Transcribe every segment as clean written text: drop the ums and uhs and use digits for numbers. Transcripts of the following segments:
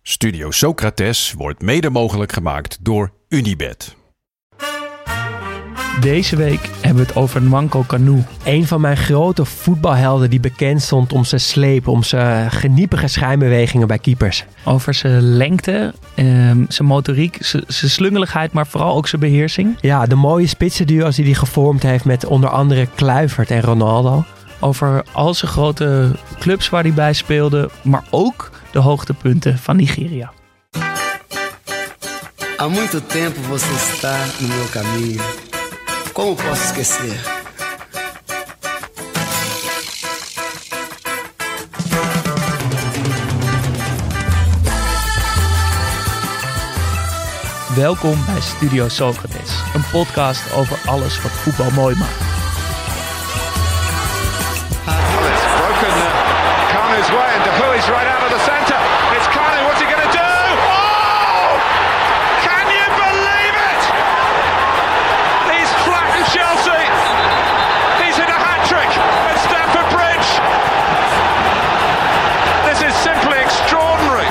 Studio Socrates wordt mede mogelijk gemaakt door Unibet. Deze week hebben we het over Nwankwo Kanu. Een van mijn grote voetbalhelden die bekend stond om zijn sleep, om zijn geniepige schijnbewegingen bij keepers. Over zijn lengte, zijn motoriek, zijn slungeligheid, maar vooral ook zijn beheersing. Ja, de mooie spitsenduo's die hij gevormd heeft met onder andere Kluivert en Ronaldo. Over al zijn grote clubs waar hij bij speelde, maar ook de hoogtepunten van Nigeria. Há muito tempo você está no meu caminho. Como posso esquecer? Welkom bij Studio Socrates, een podcast over alles wat voetbal mooi maakt. It's broken Kanu's way and De Hu is right out of the centre. It's Kanu, what's he going to do? Oh! Can you believe it? He's flattened Chelsea. He's hit a hat-trick at Stamford Bridge. This is simply extraordinary.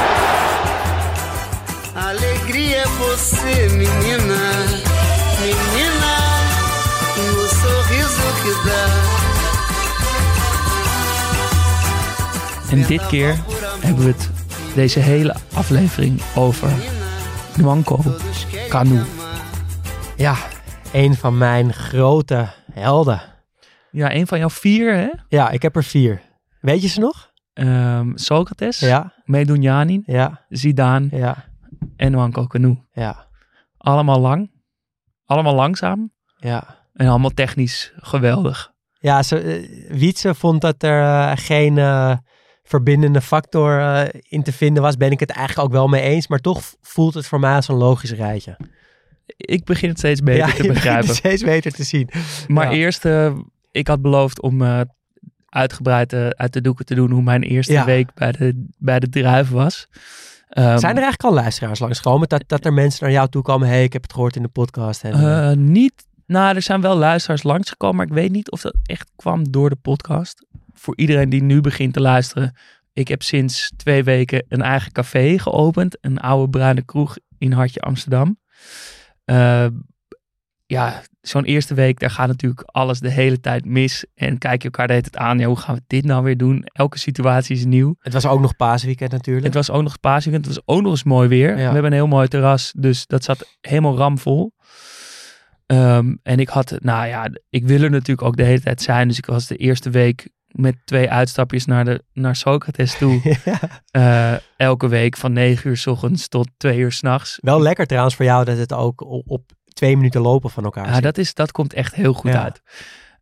Alegria é você, menina, menina, o sorriso que dá. En dit keer hebben we het deze hele aflevering over Nwankwo Kanu. Ja, een van mijn grote helden. Ja, een van jouw 4, hè? Ja, ik heb er 4. Weet je ze nog? Socrates, Ja, Medunjanin, ja, Zidane ja, en Nwankwo Kanu. ja, Allemaal lang, allemaal langzaam ja. en allemaal technisch geweldig. Ja, Wietse vond dat er geen verbindende factor in te vinden was. Ben ik het eigenlijk ook wel mee eens. Maar toch voelt het voor mij als een logisch rijtje. Ik begin het steeds beter te begrijpen. Ja, steeds beter te zien. Maar Ja. eerst, ik had beloofd om uitgebreid uit de doeken te doen hoe mijn eerste week bij de druiven was. Zijn er eigenlijk al luisteraars langsgekomen? Dat er mensen naar jou toe komen. Hey, ik heb het gehoord in de podcast. En, Niet. Nou, er zijn wel luisteraars langsgekomen, maar ik weet niet of dat echt kwam door de podcast. Voor iedereen die nu begint te luisteren. Ik heb sinds 2 weken een eigen café geopend. Een oude bruine kroeg in Hartje Amsterdam. Ja, zo'n eerste week, daar gaat natuurlijk alles de hele tijd mis. En kijk je elkaar de hele tijd aan. Ja, hoe gaan we dit nou weer doen? Elke situatie is nieuw. Het was ook nog paasweekend natuurlijk. Het was ook nog paasweekend. Het was ook nog eens mooi weer. Ja. We hebben een heel mooi terras, dus dat zat helemaal ramvol. En ik had, nou ja, ik wil er natuurlijk ook de hele tijd zijn. Dus ik was de eerste week met 2 uitstapjes naar Socrates toe. Elke week van 9 uur 's ochtends tot 2 uur 's nachts. Wel lekker trouwens voor jou dat het ook op 2 minuten lopen van elkaar zit. Dat komt echt heel goed Ja. uit.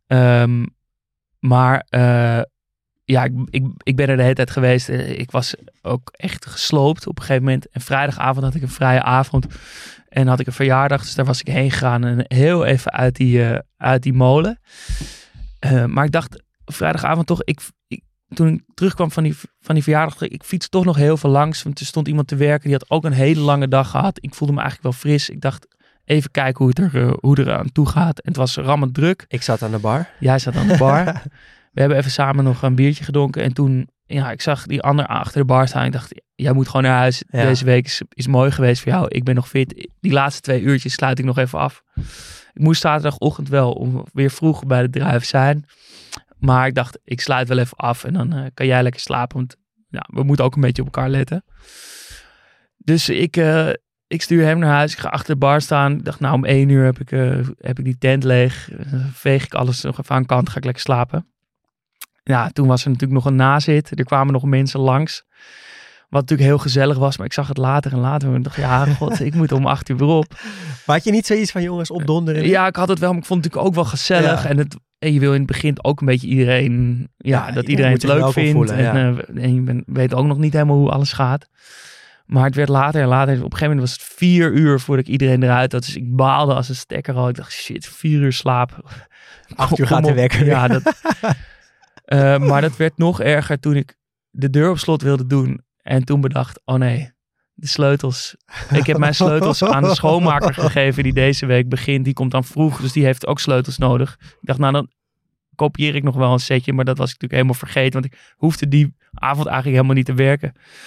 Maar ik ben er de hele tijd geweest. Ik was ook echt gesloopt op een gegeven moment. En vrijdagavond had ik een vrije avond. En had ik een verjaardag, dus daar was ik heen gegaan. En heel even uit die molen. Maar ik dacht, vrijdagavond toch, toen ik terugkwam van die verjaardag, ik fiets toch nog heel veel langs. Want er stond iemand te werken, die had ook een hele lange dag gehad. Ik voelde me eigenlijk wel fris. Ik dacht, even kijken hoe het er aan toe gaat. En het was rammend druk. Ik zat aan de bar. Jij zat aan de bar. We hebben even samen nog een biertje gedronken. En toen, ja, ik zag die ander achter de bar staan. Ik dacht, jij moet gewoon naar huis. Ja. Deze week is mooi geweest voor jou. Ik ben nog fit. Die laatste 2 uurtjes sluit ik nog even af. Ik moest zaterdagochtend wel om weer vroeg bij de druif zijn. Maar ik dacht, ik sluit wel even af. En dan kan jij lekker slapen. Want ja, we moeten ook een beetje op elkaar letten. Dus ik stuur hem naar huis. Ik ga achter de bar staan. Ik dacht, nou om 1 uur heb ik die tent leeg. Veeg ik alles nog even aan kant. Ga ik lekker slapen. Ja, toen was er natuurlijk nog een nazit. Er kwamen nog mensen langs. Wat natuurlijk heel gezellig was. Maar ik zag het later en later. En ik dacht, ja, god, ik moet om 8 uur weer op. Maar had je niet zoiets van jongens opdonderen? Ja, ik had het wel. Maar ik vond het natuurlijk ook wel gezellig. Ja. En je wil in het begin ook een beetje iedereen... Ja, dat je iedereen moet het je leuk welkom vindt. voelen, ja. En je weet ook nog niet helemaal hoe alles gaat. Maar het werd later en later. Op een gegeven moment was het 4 uur voordat ik iedereen eruit had. Dus ik baalde als een stekker al. Ik dacht, shit, 4 uur slaap. 8 uur Kom gaat de op. wekker. Ja, maar dat werd nog erger toen ik de deur op slot wilde doen. En toen bedacht, oh nee, de sleutels. Ik heb mijn sleutels aan de schoonmaker gegeven die deze week begint. Die komt dan vroeg, dus die heeft ook sleutels nodig. Ik dacht, nou dan kopieer ik nog wel een setje. Maar dat was ik natuurlijk helemaal vergeten. Want ik hoefde die avond eigenlijk helemaal niet te werken.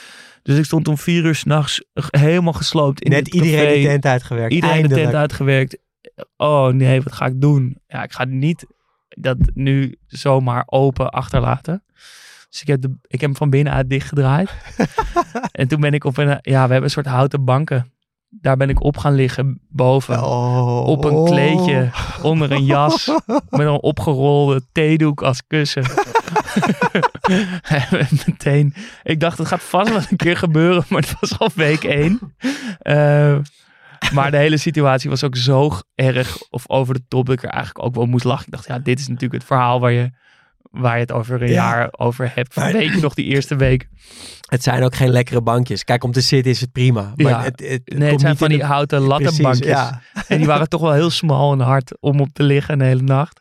Dus ik stond om 4 uur 's nachts helemaal gesloopt in Net het café. iedereen de tent uitgewerkt. Iedereen Eindelijk. de tent uitgewerkt. Oh nee, wat ga ik doen? Ja, ik ga niet dat nu zomaar open achterlaten. Dus ik heb hem van binnenuit dichtgedraaid. En toen ben ik we hebben een soort houten banken. Daar ben ik op gaan liggen boven. Op een kleedje, onder een jas. Met een opgerolde theedoek als kussen. Meteen. Ik dacht, het gaat vast wel een keer gebeuren. Maar het was al week 1. Maar de hele situatie was ook zo erg of over de top dat ik er eigenlijk ook wel moest lachen. Ik dacht, dit is natuurlijk het verhaal waar je het over een jaar over hebt. Maar weet je nog die eerste week? Het zijn ook geen lekkere bankjes. Kijk, om te zitten is het prima. Maar het zijn van die houten lattenbankjes. Ja. En die waren toch wel heel smal en hard om op te liggen de hele nacht.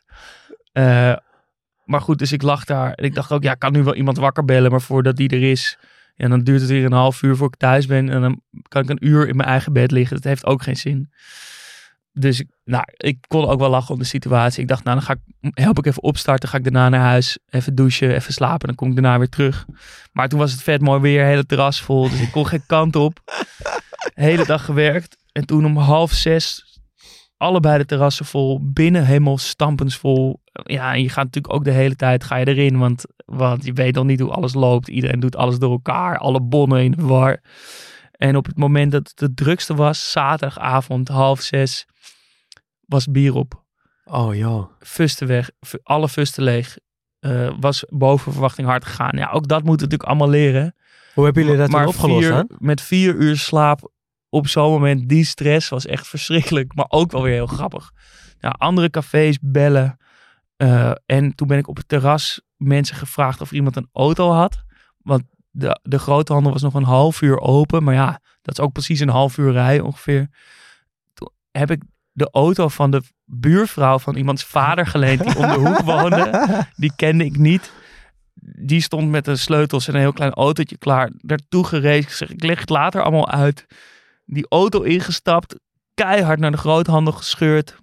Maar goed, dus ik lag daar. En ik dacht ook, kan nu wel iemand wakker bellen. Maar voordat die er is, dan duurt het weer een half uur voor ik thuis ben. En dan kan ik een uur in mijn eigen bed liggen. Dat heeft ook geen zin. Dus ik kon ook wel lachen om de situatie. Ik dacht, dan help ik even opstarten. Ga ik daarna naar huis, even douchen, even slapen. Dan kom ik daarna weer terug. Maar toen was het vet mooi weer, hele terras vol. Dus ik kon geen kant op. Hele dag gewerkt. En toen om 5:30, allebei de terrassen vol. Binnen helemaal stampensvol. Ja, en je gaat natuurlijk ook de hele tijd erin. Want je weet al niet hoe alles loopt. Iedereen doet alles door elkaar. Alle bonnen in de war. En op het moment dat het het drukste was, zaterdagavond 5:30, was bier op. Oh joh. Fusten weg, alle fusten leeg. Was boven verwachting hard gegaan. Ja, ook dat moeten we natuurlijk allemaal leren. Hoe hebben jullie dat dan opgelost dan? Met 4 uur slaap op zo'n moment, die stress was echt verschrikkelijk. Maar ook wel weer heel grappig. Ja, andere cafés bellen. En toen ben ik op het terras mensen gevraagd of iemand een auto had. Want de groothandel was nog een half uur open. Maar ja, dat is ook precies een half uur rijden ongeveer. Toen heb ik de auto van de buurvrouw van iemands vader geleend die om de hoek woonde. Die kende ik niet. Die stond met de sleutels en een heel klein autootje klaar. Daartoe gereed. Ik zeg, ik leg het later allemaal uit. Die auto ingestapt. Keihard naar de groothandel gescheurd.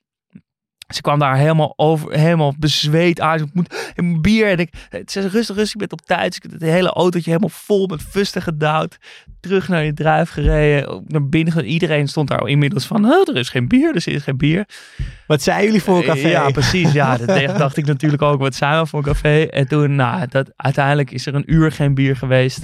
Ze kwam daar helemaal bezweet aan. Ik moet bier. En ze zei, rustig, je bent op tijd. Dus ik heb het hele autootje helemaal vol met fusten gedouwd. Terug naar die druif gereden. Naar binnen. Iedereen stond daar inmiddels van, er is geen bier, er is geen bier. Wat zijn jullie voor een café? Ja, precies. Ja, dat dacht ik natuurlijk ook. Wat zijn we voor een café? En toen, uiteindelijk is er een uur geen bier geweest.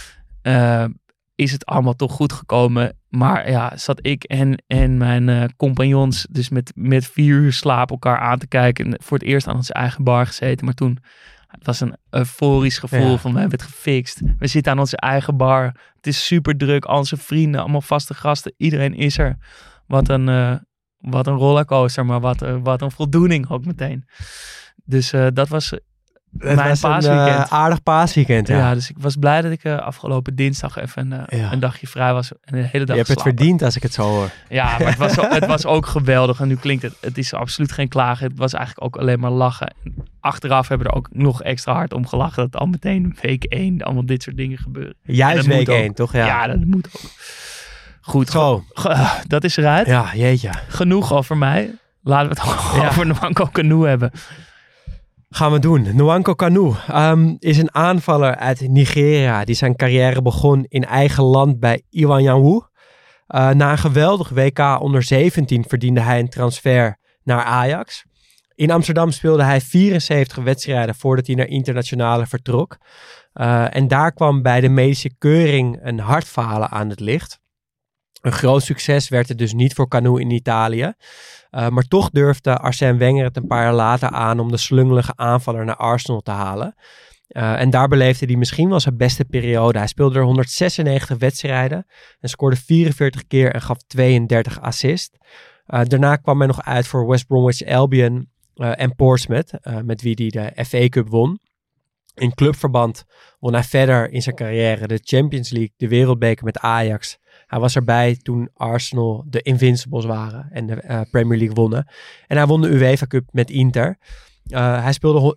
Is het allemaal toch goed gekomen. Maar ja, zat ik en mijn compagnons dus met 4 uur slaap elkaar aan te kijken. En voor het eerst aan onze eigen bar gezeten. Maar toen, het was een euforisch gevoel van we hebben het gefixt. We zitten aan onze eigen bar. Het is super druk. Al onze vrienden, allemaal vaste gasten. Iedereen is er. Wat een rollercoaster, maar wat een voldoening ook meteen. Dus dat was mijn paasweekend. Een aardig paasweekend, ja. Ja, dus ik was blij dat ik afgelopen dinsdag even een dagje vrij was. En de hele dag Je hebt het verdiend als ik het zo hoor. Ja, maar het was ook geweldig. En nu klinkt het is absoluut geen klagen. Het was eigenlijk ook alleen maar lachen. En achteraf hebben we er ook nog extra hard om gelachen. Dat al meteen week 1 allemaal dit soort dingen gebeuren. Juist week 1, toch? Ja, dat moet ook. Goed, zo. Dat is eruit. Ja, jeetje. Genoeg over mij. Laten we het over Nwankwo Kanu hebben. Gaan we doen. Nwankwo Kanu is een aanvaller uit Nigeria die zijn carrière begon in eigen land bij Iwanaku. Na een geweldig WK onder 17 verdiende hij een transfer naar Ajax. In Amsterdam speelde hij 74 wedstrijden voordat hij naar internationale vertrok. En daar kwam bij de medische keuring een hartfalen aan het licht. Een groot succes werd het dus niet voor Kanu in Italië. Maar toch durfde Arsène Wenger het een paar jaar later aan om de slungelige aanvaller naar Arsenal te halen. En daar beleefde hij misschien wel zijn beste periode. Hij speelde er 196 wedstrijden en scoorde 44 keer en gaf 32 assists. Daarna kwam hij nog uit voor West Bromwich Albion en Portsmouth, met wie hij de FA Cup won. In clubverband won hij verder in zijn carrière de Champions League, de Wereldbeker met Ajax. Hij was erbij toen Arsenal de Invincibles waren en de Premier League wonnen. En hij won de UEFA Cup met Inter. Hij speelde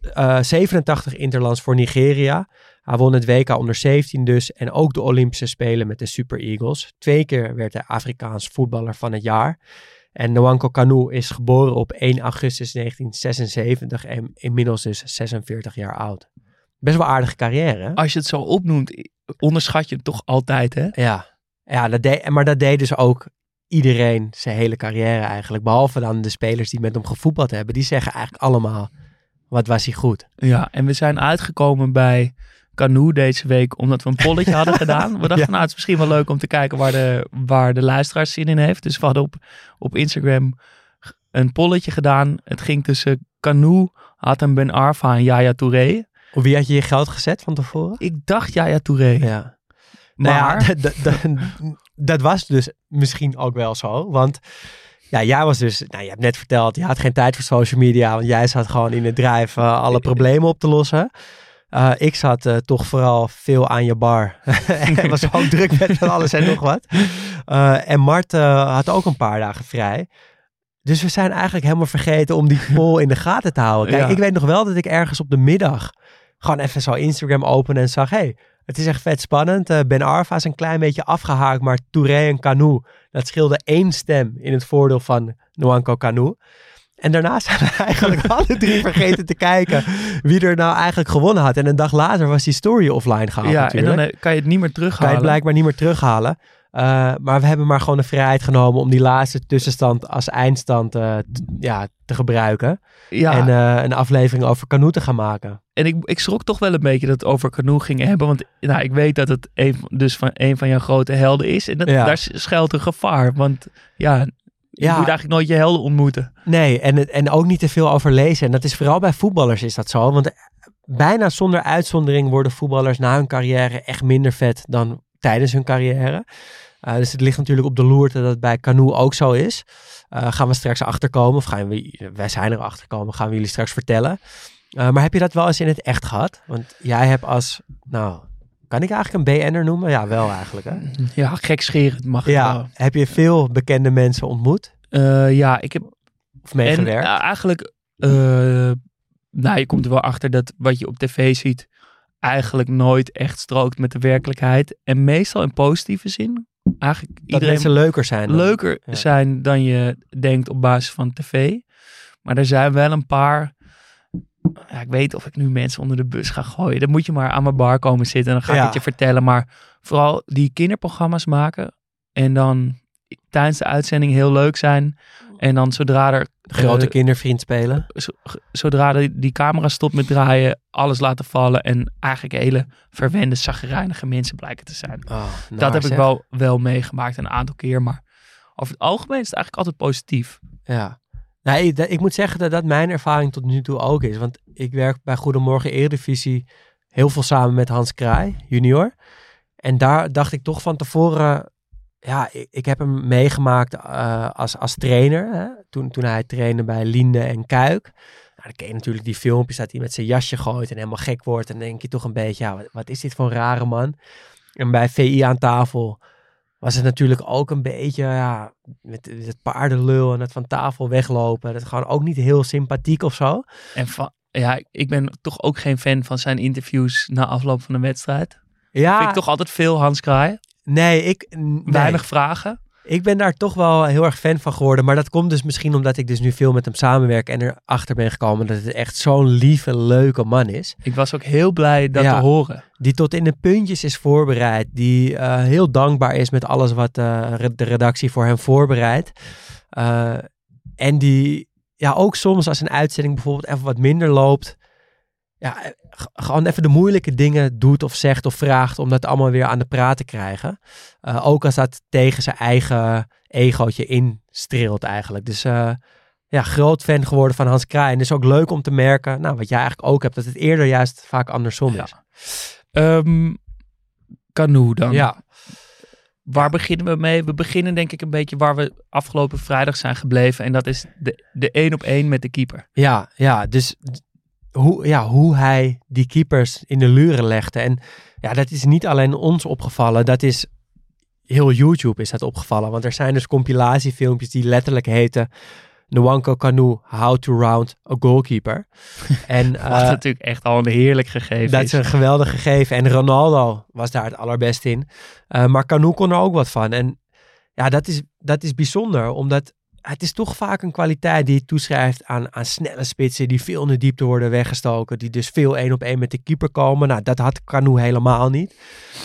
87 interlands voor Nigeria. Hij won het WK onder 17 dus en ook de Olympische Spelen met de Super Eagles. 2 keer werd hij Afrikaans voetballer van het jaar. En Nwankwo Kanu is geboren op 1 augustus 1976 en inmiddels dus 46 jaar oud. best wel aardige carrière. Hè? Als je het zo opnoemt, onderschat je het toch altijd, hè? Ja, maar dat deed dus ook iedereen zijn hele carrière eigenlijk. Behalve dan de spelers die met hem gevoetbald hebben. Die zeggen eigenlijk allemaal, wat was hij goed. Ja, en we zijn uitgekomen bij Canoe deze week, omdat we een polletje hadden gedaan. We dachten, het is misschien wel leuk om te kijken waar de luisteraars zin in heeft. Dus we hadden op Instagram een polletje gedaan. Het ging tussen Canoe, Hatem Ben Arfa en Yaya Touré. Op wie had je je geld gezet van tevoren? Ik dacht Yaya Touré. Ja. Maar... dat was dus misschien ook wel zo. Want jij was dus... je hebt net verteld, je had geen tijd voor social media. Want jij zat gewoon in het drijf alle problemen op te lossen. Ik zat toch vooral veel aan je bar. En was ook druk met van alles en nog wat. En Mart had ook een paar dagen vrij. Dus we zijn eigenlijk helemaal vergeten om die poll in de gaten te houden. Kijk, ik weet nog wel dat ik ergens op de middag gewoon even zo Instagram opende en zag... Het is echt vet spannend. Ben Arfa is een klein beetje afgehaakt, maar Touré en Canoe, dat scheelde 1 stem in het voordeel van Nwankwo Kanu. En daarna zijn we eigenlijk alle 3 vergeten te kijken wie er nou eigenlijk gewonnen had. En een dag later was die story offline gehaald natuurlijk. En dan kan je het niet meer terughalen. Kan je het blijkbaar niet meer terughalen. Maar we hebben maar gewoon de vrijheid genomen om die laatste tussenstand als eindstand te gebruiken. Ja. En een aflevering over Canoe te gaan maken. En ik schrok toch wel een beetje dat het over Canoe ging hebben. Want ik weet dat het een van jouw grote helden is. En daar schuilt een gevaar. Want je moet eigenlijk nooit je helden ontmoeten. Nee, en ook niet te veel over lezen. En dat is vooral bij voetballers is dat zo. Want bijna zonder uitzondering worden voetballers na hun carrière echt minder vet dan tijdens hun carrière. Dus het ligt natuurlijk op de loerte dat het bij Canoe ook zo is. Gaan we straks achterkomen, of wij zijn er achterkomen, gaan we jullie straks vertellen. Maar heb je dat wel eens in het echt gehad? Want jij hebt kan ik eigenlijk een BN'er noemen? Ja, wel eigenlijk. Hè? Ja, gekscherend mag het wel. Heb je veel bekende mensen ontmoet? Ik heb... Of meegewerkt? Eigenlijk, je komt er wel achter dat wat je op tv ziet eigenlijk nooit echt strookt met de werkelijkheid. En meestal in positieve zin. Eigenlijk dat mensen leuker zijn. Zijn dan je denkt op basis van tv. Maar er zijn wel een paar... ik weet of ik nu mensen onder de bus ga gooien. Dan moet je maar aan mijn bar komen zitten en dan ga ik het je vertellen. Maar vooral die kinderprogramma's maken en dan tijdens de uitzending heel leuk zijn. En dan zodra er... Grote kindervriend spelen. Zodra die camera stopt met draaien, alles laten vallen en eigenlijk hele verwende, chagrijnige mensen blijken te zijn. Dat heb ik wel meegemaakt een aantal keer, maar over het algemeen is het eigenlijk altijd positief. Ja. Ik moet zeggen dat mijn ervaring tot nu toe ook is. Want ik werk bij Goedemorgen Eredivisie heel veel samen met Hans Kraai, junior. En daar dacht ik toch van tevoren... ik heb hem meegemaakt als trainer. Hè? Toen hij trainde bij Linde en Kuik. Dan ken je natuurlijk die filmpjes dat hij met zijn jasje gooit en helemaal gek wordt. En dan denk je toch een beetje, wat is dit voor een rare man? En bij VI aan tafel was het natuurlijk ook een beetje, met het paardenlul en het van tafel weglopen. Dat is gewoon ook niet heel sympathiek of zo. En ik ben toch ook geen fan van zijn interviews na afloop van een wedstrijd. Ja. Vind ik toch altijd veel Hans Kraai. Weinig vragen. Ik ben daar toch wel heel erg fan van geworden. Maar dat komt dus misschien omdat ik dus nu veel met hem samenwerk. En erachter ben gekomen dat het echt zo'n lieve, leuke man is. Ik was ook heel blij dat te horen. Die tot in de puntjes is voorbereid. Die heel dankbaar is met alles wat de redactie voor hem voorbereidt. En die ook soms als een uitzending bijvoorbeeld even wat minder loopt... gewoon even de moeilijke dingen doet of zegt of vraagt om dat allemaal weer aan de praat te krijgen. Ook als dat tegen zijn eigen egootje instreelt eigenlijk. Dus groot fan geworden van Hans Kraai. En het is ook leuk om te merken, wat jij eigenlijk ook hebt, dat het eerder juist vaak andersom is. Canoe dan. Ja. Waar beginnen we mee? We beginnen denk ik een beetje waar we afgelopen vrijdag zijn gebleven. En dat is de 1-op-1 met de keeper. Ja, dus... Hoe hij die keepers in de luren legde. En dat is niet alleen ons opgevallen. Dat is heel YouTube is dat opgevallen. Want er zijn dus compilatiefilmpjes die letterlijk heten... Nwankwo Kanu, How to Round a Goalkeeper. En, wat natuurlijk echt al een heerlijk gegeven dat is een geweldig gegeven. En Ronaldo was daar het allerbest in. Maar Kanu kon er ook wat van. En dat is bijzonder. Omdat het is toch vaak een kwaliteit die je toeschrijft aan snelle spitsen die veel in de diepte worden weggestoken. Die dus veel 1-op-1 met de keeper komen. Nou, dat had Kanu helemaal niet.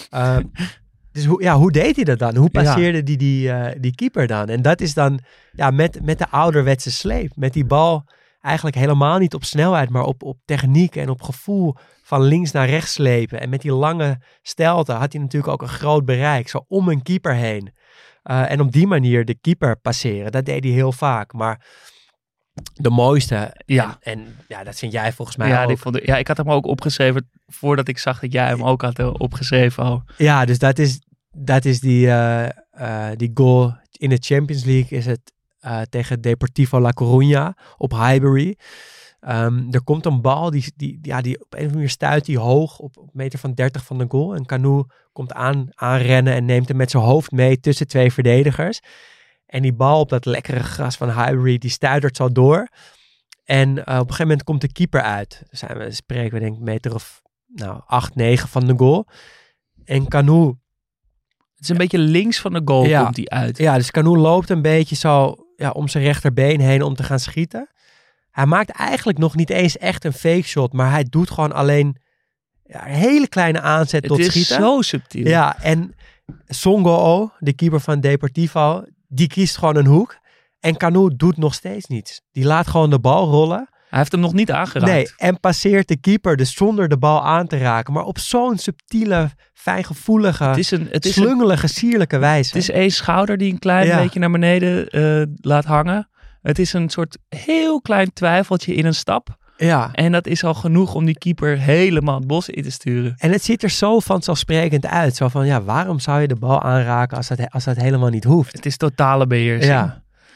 Dus hoe deed hij dat dan? Hoe passeerde die keeper dan? En dat is dan met de ouderwetse sleep. Met die bal eigenlijk helemaal niet op snelheid, maar op techniek en op gevoel van links naar rechts slepen. En met die lange stelte had hij natuurlijk ook een groot bereik. Zo om een keeper heen. En op die manier de keeper passeren. Dat deed hij heel vaak. Maar de mooiste, en dat vind jij volgens mij ook. Ik had hem ook opgeschreven voordat ik zag dat jij hem ook had opgeschreven. Oh. Ja, dus dat is die goal in de Champions League. Is het tegen Deportivo La Coruña op Highbury. Er komt een bal die op een of andere manier stuit die hoog op meter van 30 van de goal. En Kanu komt aanrennen en neemt hem met zijn hoofd mee tussen twee verdedigers. En die bal op dat lekkere gras van Highbury, die stuitert zo door. En op een gegeven moment komt de keeper uit. Spreken we denk ik meter of 8, 9 van de goal. En Kanu... Het is een beetje links van de goal komt hij uit. Ja, dus Kanu loopt een beetje zo om zijn rechterbeen heen om te gaan schieten. Hij maakt eigenlijk nog niet eens echt een fake shot, maar hij doet gewoon alleen een hele kleine aanzet tot schieten. Het is zo subtiel. Ja, en Songo, de keeper van Deportivo, die kiest gewoon een hoek. En Kanu doet nog steeds niets. Die laat gewoon de bal rollen. Hij heeft hem nog niet aangeraakt. Nee, en passeert de keeper dus zonder de bal aan te raken. Maar op zo'n subtiele, fijngevoelige, slungelige, sierlijke wijze. Het is één schouder die een klein beetje naar beneden laat hangen. Het is een soort heel klein twijfeltje in een stap. Ja. En dat is al genoeg om die keeper helemaal het bos in te sturen. En het ziet er zo vanzelfsprekend uit. Zo van, waarom zou je de bal aanraken als dat helemaal niet hoeft? Het is totale beheersing.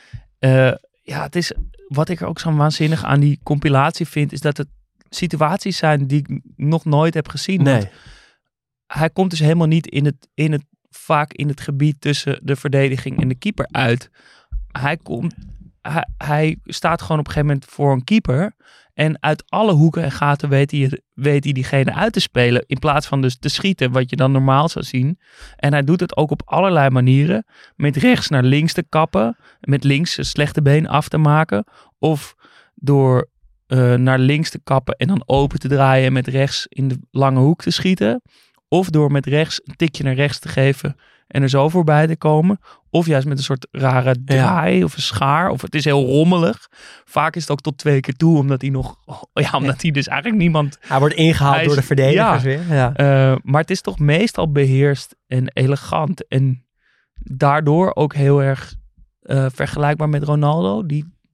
Ja. Het is... Wat ik er ook zo waanzinnig aan die compilatie vind, is dat het situaties zijn die ik nog nooit heb gezien. Nee. Want hij komt dus helemaal niet vaak in het gebied tussen de verdediging en de keeper uit. Hij staat gewoon op een gegeven moment voor een keeper. En uit alle hoeken en gaten weet hij diegene uit te spelen. In plaats van dus te schieten, wat je dan normaal zou zien. En hij doet het ook op allerlei manieren. Met rechts naar links te kappen. Met links een slechte been af te maken. Of door naar links te kappen en dan open te draaien. En met rechts in de lange hoek te schieten. Of door met rechts een tikje naar rechts te geven en er zo voorbij te komen. Of juist met een soort rare draai of een schaar. Of het is heel rommelig. Vaak is het ook tot 2 keer toe, omdat hij dus eigenlijk niemand... Hij wordt ingehaald door de verdedigers weer. Ja. Maar het is toch meestal beheerst en elegant. En daardoor ook heel erg vergelijkbaar met Ronaldo.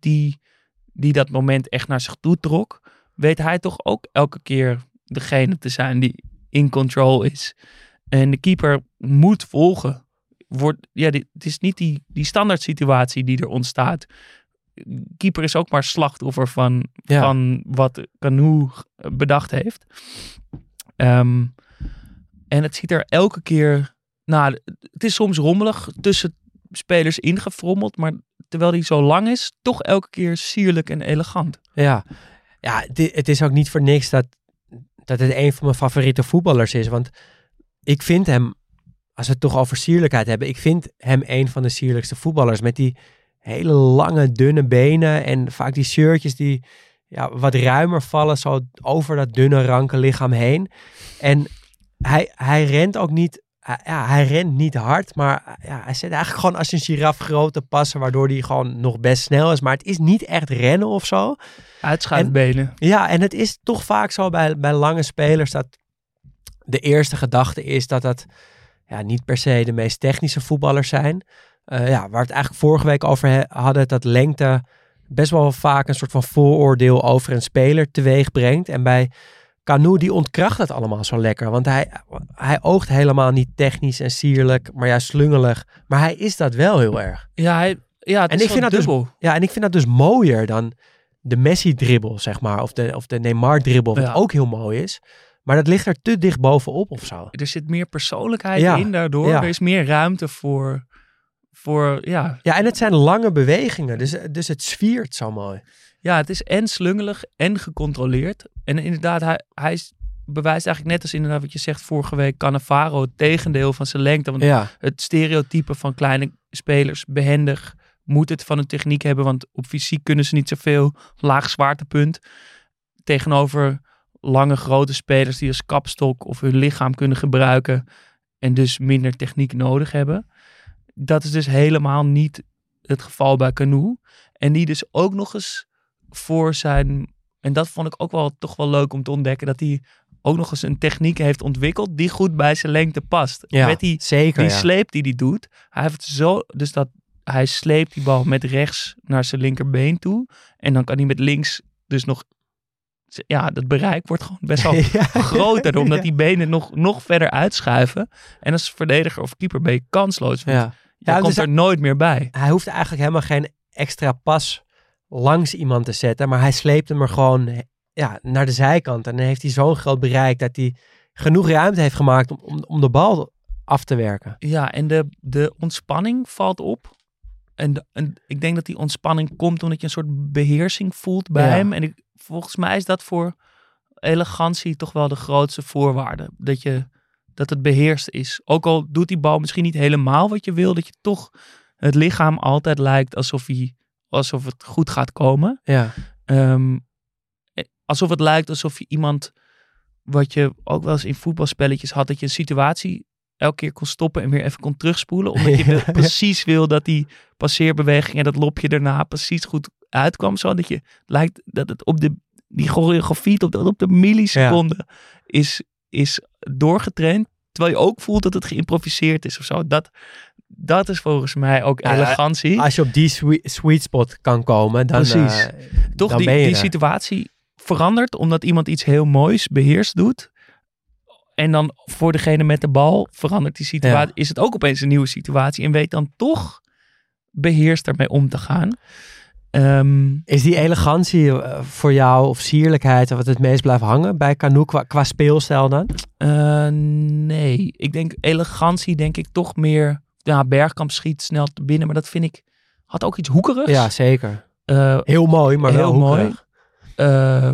Die dat moment echt naar zich toe trok. Weet hij toch ook elke keer degene te zijn die in control is. En de keeper moet volgen. Het is niet die standaard situatie die er ontstaat. Keeper is ook maar slachtoffer van wat Kanu bedacht heeft. En het ziet er elke keer... het is soms rommelig tussen spelers ingefrommeld, maar terwijl die zo lang is, toch elke keer sierlijk en elegant. Ja, het is ook niet voor niks dat het een van mijn favoriete voetballers is. Want ik vind hem, als we het toch over sierlijkheid hebben, ik vind hem een van de sierlijkste voetballers. Met die hele lange, dunne benen en vaak die shirtjes die wat ruimer vallen, zo over dat dunne, ranke lichaam heen. En hij rent ook niet, hij rent niet hard, maar hij zet eigenlijk gewoon als een giraf grote passen, waardoor hij gewoon nog best snel is. Maar het is niet echt rennen of zo. Uitschuifbenen. En het is toch vaak zo bij lange spelers dat de eerste gedachte is dat niet per se de meest technische voetballers zijn. Waar we het eigenlijk vorige week over hadden, dat lengte best wel vaak een soort van vooroordeel over een speler teweeg brengt. En bij Kanu, die ontkracht dat allemaal zo lekker. Want hij oogt helemaal niet technisch en sierlijk, maar juist slungelig. Maar hij is dat wel heel erg. Het is zo dubbel. En ik vind dat dus mooier dan de Messi-dribbel, zeg maar. Of de Neymar-dribbel, wat ook heel mooi is. Maar dat ligt er te dicht bovenop of zo. Er zit meer persoonlijkheid in daardoor. Ja. Er is meer ruimte voor. Ja, en het zijn lange bewegingen. Dus het zwiert zo mooi. Ja, het is en slungelig en gecontroleerd. En inderdaad, hij bewijst eigenlijk net als inderdaad wat je zegt vorige week, Cannavaro, het tegendeel van zijn lengte. Want het stereotype van kleine spelers, behendig, moet het van een techniek hebben, want op fysiek kunnen ze niet zoveel. Laag zwaartepunt. Tegenover lange grote spelers die als kapstok of hun lichaam kunnen gebruiken en dus minder techniek nodig hebben. Dat is dus helemaal niet het geval bij Kanu. En die dus ook nog eens voor zijn, en dat vond ik ook wel toch wel leuk om te ontdekken, dat hij ook nog eens een techniek heeft ontwikkeld die goed bij zijn lengte past. Ja, met die sleep die hij doet. Hij heeft zo, dus dat hij sleept die bal met rechts naar zijn linkerbeen toe. En dan kan hij met links dus nog, ja, dat bereik wordt gewoon best wel groter, omdat die benen nog verder uitschuiven. En als verdediger of keeper ben je kansloos. Want je komt er nooit meer bij. Hij hoeft eigenlijk helemaal geen extra pas langs iemand te zetten, maar hij sleept hem er gewoon naar de zijkant. En dan heeft hij zo'n groot bereik dat hij genoeg ruimte heeft gemaakt om de bal af te werken. Ja, en de ontspanning valt op. En ik denk dat die ontspanning komt omdat je een soort beheersing voelt bij hem. En volgens mij is dat voor elegantie toch wel de grootste voorwaarde. Dat het beheerst is. Ook al doet die bal misschien niet helemaal wat je wil, dat je toch het lichaam altijd lijkt alsof het goed gaat komen. Ja. Alsof het lijkt alsof je iemand, wat je ook wel eens in voetbalspelletjes had, dat je een situatie elke keer kon stoppen en weer even kon terugspoelen. Omdat je precies wil dat die passeerbeweging en dat lopje daarna precies goed uitkwam. Zodat je lijkt dat het op die choreografie op de milliseconde is doorgetraind. Terwijl je ook voelt dat het geïmproviseerd is of zo. Dat is volgens mij ook elegantie. Als je op die sweet spot kan komen, dan, toch dan ben je die situatie verandert omdat iemand iets heel moois beheerst doet. En dan voor degene met de bal verandert die situatie. Ja. Is het ook opeens een nieuwe situatie en weet dan toch beheerst ermee om te gaan. Is die elegantie voor jou of sierlijkheid wat het meest blijft hangen bij Kanu qua speelstijl dan? Nee, ik denk elegantie denk ik toch meer. Ja, Bergkamp schiet snel te binnen, maar dat vind ik had ook iets hoekerigs. Ja, zeker. Heel mooi, maar heel wel hoekerig. Mooi.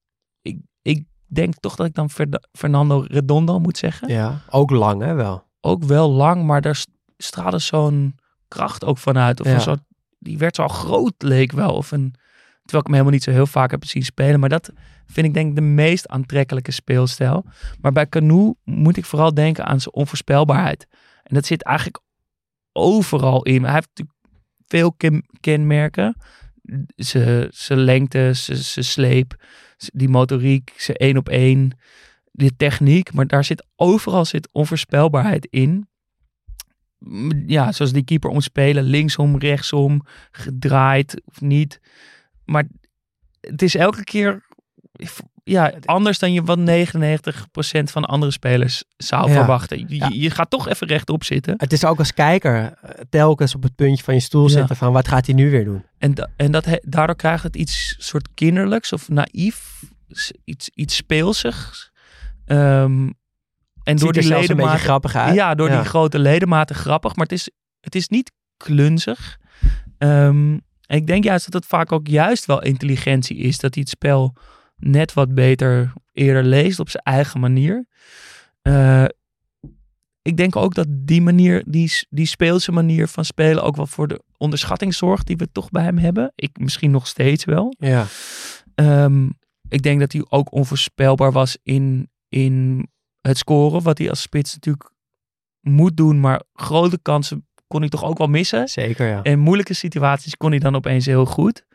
Ik denk toch dat ik dan Fernando Redondo moet zeggen. Ja, ook lang hè wel. Ook wel lang, maar daar straalde zo'n kracht ook vanuit. Of die werd zo groot, leek wel. Terwijl ik hem helemaal niet zo heel vaak heb zien spelen. Maar dat vind ik denk ik de meest aantrekkelijke speelstijl. Maar bij Kanu moet ik vooral denken aan zijn onvoorspelbaarheid. En dat zit eigenlijk overal in. Hij heeft natuurlijk veel kenmerken. Zijn lengte, zijn sleep, die motoriek, zijn 1-op-1, de techniek. Maar daar overal zit onvoorspelbaarheid in. Ja, zoals die keeper omspelen, linksom, rechtsom, gedraaid of niet. Maar het is elke keer anders dan je wat 99% van andere spelers zou verwachten. Je gaat toch even rechtop zitten. Het is ook als kijker telkens op het puntje van je stoel zitten van wat gaat hij nu weer doen? En daardoor krijgt het iets soort kinderlijks of naïef, iets speelsigs. En door die ledematen een beetje grappig uit. Ja, door die grote ledematen grappig, maar het is niet klunzig. En ik denk juist dat het vaak ook juist wel intelligentie is, dat hij het spel net wat beter eerder leest op zijn eigen manier. Ik denk ook dat die manier, die speelse manier van spelen ook wel voor de onderschatting zorgt die we toch bij hem hebben. Ik misschien nog steeds wel. Ja. Ik denk dat hij ook onvoorspelbaar was in het scoren, wat hij als spits natuurlijk moet doen, maar grote kansen kon hij toch ook wel missen. Zeker, ja. En moeilijke situaties kon hij dan opeens heel goed.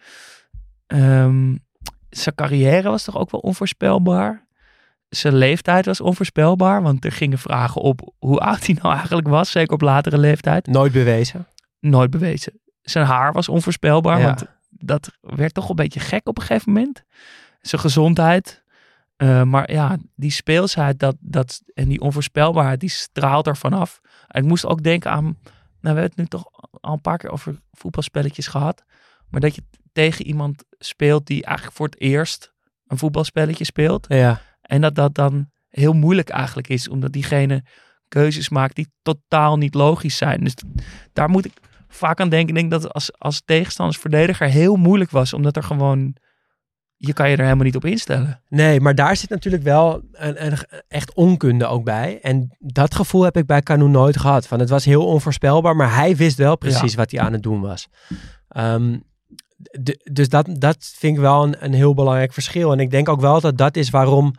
Zijn carrière was toch ook wel onvoorspelbaar. Zijn leeftijd was onvoorspelbaar, want er gingen vragen op hoe oud hij nou eigenlijk was, zeker op latere leeftijd. Nooit bewezen. Nooit bewezen. Zijn haar was onvoorspelbaar, want dat werd toch een beetje gek op een gegeven moment. Zijn gezondheid. Maar ja, die speelsheid en die onvoorspelbaarheid, die straalt er vanaf. En ik moest ook denken aan, we hebben het nu toch al een paar keer over voetbalspelletjes gehad, maar dat je tegen iemand speelt die eigenlijk voor het eerst een voetbalspelletje speelt. Ja. En dat dan heel moeilijk eigenlijk is, omdat diegene keuzes maakt die totaal niet logisch zijn. Dus daar moet ik vaak aan denken. Ik denk dat het als tegenstanders verdediger heel moeilijk was, omdat er gewoon je kan je er helemaal niet op instellen. Nee, maar daar zit natuurlijk wel een echt onkunde ook bij. En dat gevoel heb ik bij Kanu nooit gehad. Van het was heel onvoorspelbaar, maar hij wist wel precies wat hij aan het doen was. Dus dat vind ik wel een heel belangrijk verschil. En ik denk ook wel dat is waarom,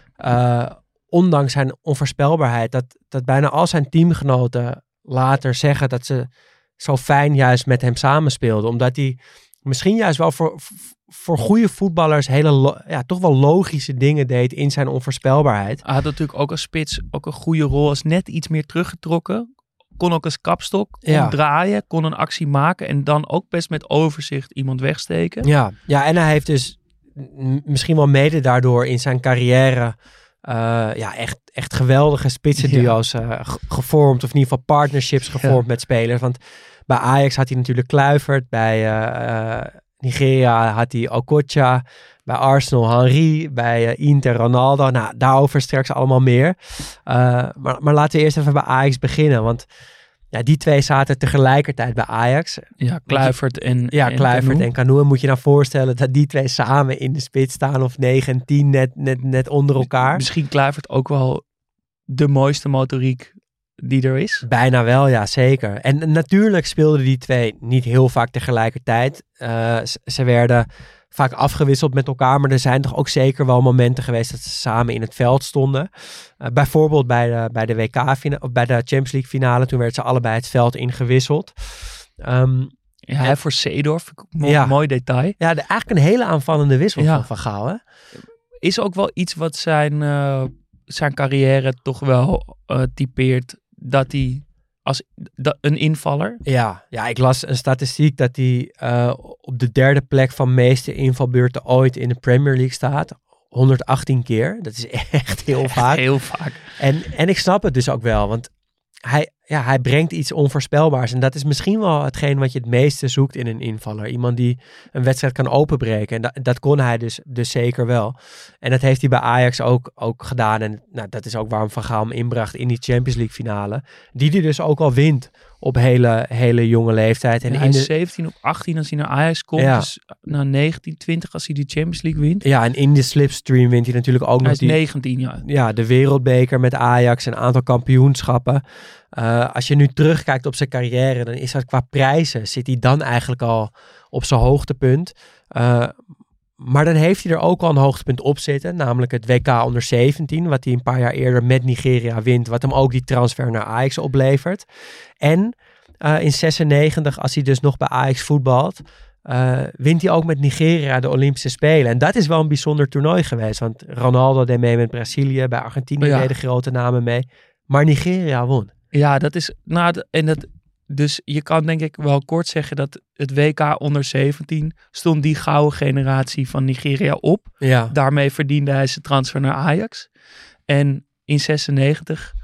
ondanks zijn onvoorspelbaarheid, dat bijna al zijn teamgenoten later zeggen dat ze zo fijn juist met hem samenspeelden. Omdat hij misschien juist wel voor goede voetballers toch wel logische dingen deed in zijn onvoorspelbaarheid. Hij had natuurlijk ook als spits ook een goede rol, als net iets meer teruggetrokken. Kon ook als kapstok draaien, kon een actie maken en dan ook best met overzicht iemand wegsteken. Ja, en hij heeft dus misschien wel mede daardoor in zijn carrière echt geweldige spitsenduo's gevormd. Of in ieder geval partnerships gevormd met spelers. Want bij Ajax had hij natuurlijk Kluivert. Bij Nigeria had hij Okocha. Bij Arsenal Henry. Bij Inter Ronaldo. Nou, daarover straks allemaal meer. Maar laten we eerst even bij Ajax beginnen. Want die twee zaten tegelijkertijd bij Ajax. Ja, Kluivert en Kluivert en Kanu. En moet je nou voorstellen dat die twee samen in de spits staan. Of 9 en 10 net onder elkaar. Misschien Kluivert ook wel de mooiste motoriek die er is. Bijna wel, ja, zeker. En natuurlijk speelden die twee niet heel vaak tegelijkertijd. Ze werden vaak afgewisseld met elkaar, maar er zijn toch ook zeker wel momenten geweest dat ze samen in het veld stonden. Bijvoorbeeld bij de WK-finale, of bij de Champions League finale, toen werden ze allebei het veld ingewisseld. Hij voor Seedorf, mooi detail. Ja, eigenlijk een hele aanvallende wissel van Gaal, hè? Is ook wel iets wat zijn carrière toch wel typeert, dat hij als een invaller. Ja, ik las een statistiek dat hij op de 3e plek van meeste invalbeurten ooit in de Premier League staat. 118 keer. Dat is echt heel vaak. Heel vaak. En ik snap het dus ook wel, want hij brengt iets onvoorspelbaars. En dat is misschien wel hetgeen wat je het meeste zoekt in een invaller. Iemand die een wedstrijd kan openbreken. En dat kon hij dus zeker wel. En dat heeft hij bij Ajax ook gedaan. En dat is ook waarom Van Gaal hem inbracht in die Champions League finale. Die hij dus ook al wint op hele jonge leeftijd. En hij is 17 of 18 als hij naar Ajax komt. Ja. Dus na 19, 20 als hij de Champions League wint. Ja, en in de slipstream wint hij natuurlijk ook nog 19, ja. Ja, de wereldbeker met Ajax, een aantal kampioenschappen. Als je nu terugkijkt op zijn carrière, dan is dat qua prijzen, zit hij dan eigenlijk al op zijn hoogtepunt. Maar dan heeft hij er ook al een hoogtepunt op zitten, namelijk het WK onder 17, wat hij een paar jaar eerder met Nigeria wint, wat hem ook die transfer naar Ajax oplevert. En in 96, als hij dus nog bij Ajax voetbalt, wint hij ook met Nigeria de Olympische Spelen. En dat is wel een bijzonder toernooi geweest, want Ronaldo deed mee met Brazilië, bij Argentinië deden grote namen mee, maar Nigeria won. Ja, dat is... Dus je kan denk ik wel kort zeggen dat het WK onder 17 stond die gouden generatie van Nigeria op. Ja. Daarmee verdiende hij zijn transfer naar Ajax. En in 96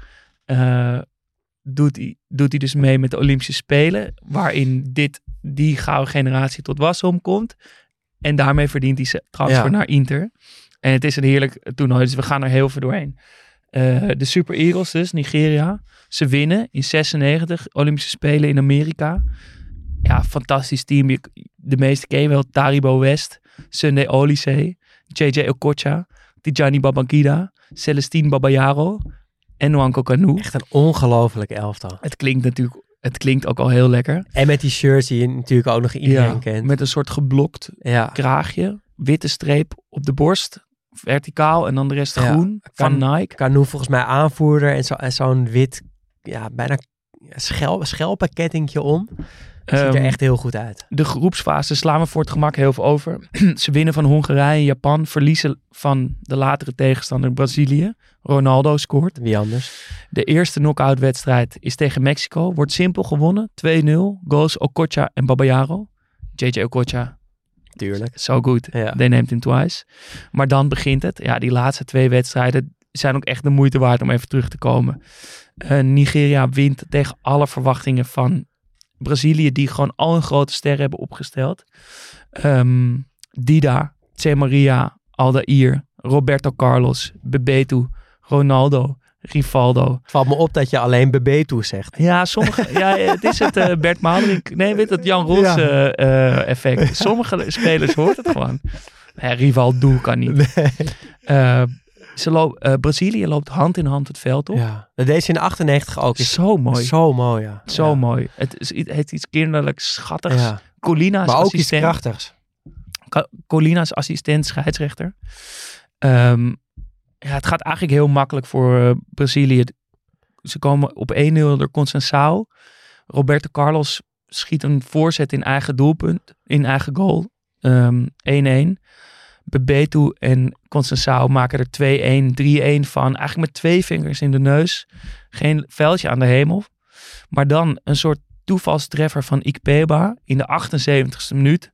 doet hij dus mee met de Olympische Spelen, waarin die gouden generatie tot wasdom komt. En daarmee verdient hij zijn transfer naar Inter. En het is een heerlijk toernooi, dus we gaan er heel veel doorheen. De Super Eagles dus, Nigeria. Ze winnen in 96 Olympische Spelen in Amerika. Ja, fantastisch team. De meeste ken je wel. Taribo West, Sunday Oliseh, JJ Okocha, Tijani Babangida, Celestine Babayaro en Nwankwo Kanu. Echt een ongelofelijk elftal. Het klinkt ook al heel lekker. En met die shirts die je natuurlijk ook nog iedereen kent. Met een soort geblokt kraagje, witte streep op de borst, verticaal en dan de rest groen van Nike. Kanu volgens mij aanvoerder en zo'n wit, bijna schelpenkettingje om. Ziet er echt heel goed uit. De groepsfase slaan we voor het gemak heel veel over. Ze winnen van Hongarije en Japan, verliezen van de latere tegenstander Brazilië. Ronaldo scoort. Wie anders? De eerste knock-out wedstrijd is tegen Mexico. Wordt simpel gewonnen. 2-0. Goals Okocha en Babayaro. JJ Okocha. Tuurlijk. So good. Ja. They named him twice. Maar dan begint het. Ja, die laatste 2 wedstrijden zijn ook echt de moeite waard om even terug te komen. Nigeria wint tegen alle verwachtingen van Brazilië, die gewoon al een grote ster hebben opgesteld. Dida, Tse Maria, Aldair, Roberto Carlos, Bebeto, Ronaldo, Rivaldo. Het valt me op dat je alleen Bebeto zegt. Ja, het is het Bert Maalderink. Nee, weet het Jan Roels effect. Sommige spelers hoort het gewoon. Rivaldo kan niet. Brazilië loopt hand in hand het veld op. Ja. Dat deed ze in 98 ook. Zo mooi. Zo mooi, ja. Zo mooi. Het heeft iets kinderlijks, schattigs. Ja. Colina's Maar ook assistent. iets krachtigs. Colina's assistent, scheidsrechter. Het gaat eigenlijk heel makkelijk voor Brazilië. Ze komen op 1-0 door Conceição. Roberto Carlos schiet een voorzet in eigen doelpunt. In eigen goal. 1-1. Bebeto en Conceição maken er 2-1, 3-1 van. Eigenlijk met 2 vingers in de neus. Geen vuiltje aan de hemel. Maar dan een soort toevalstreffer van Ikpeba in de 78ste minuut.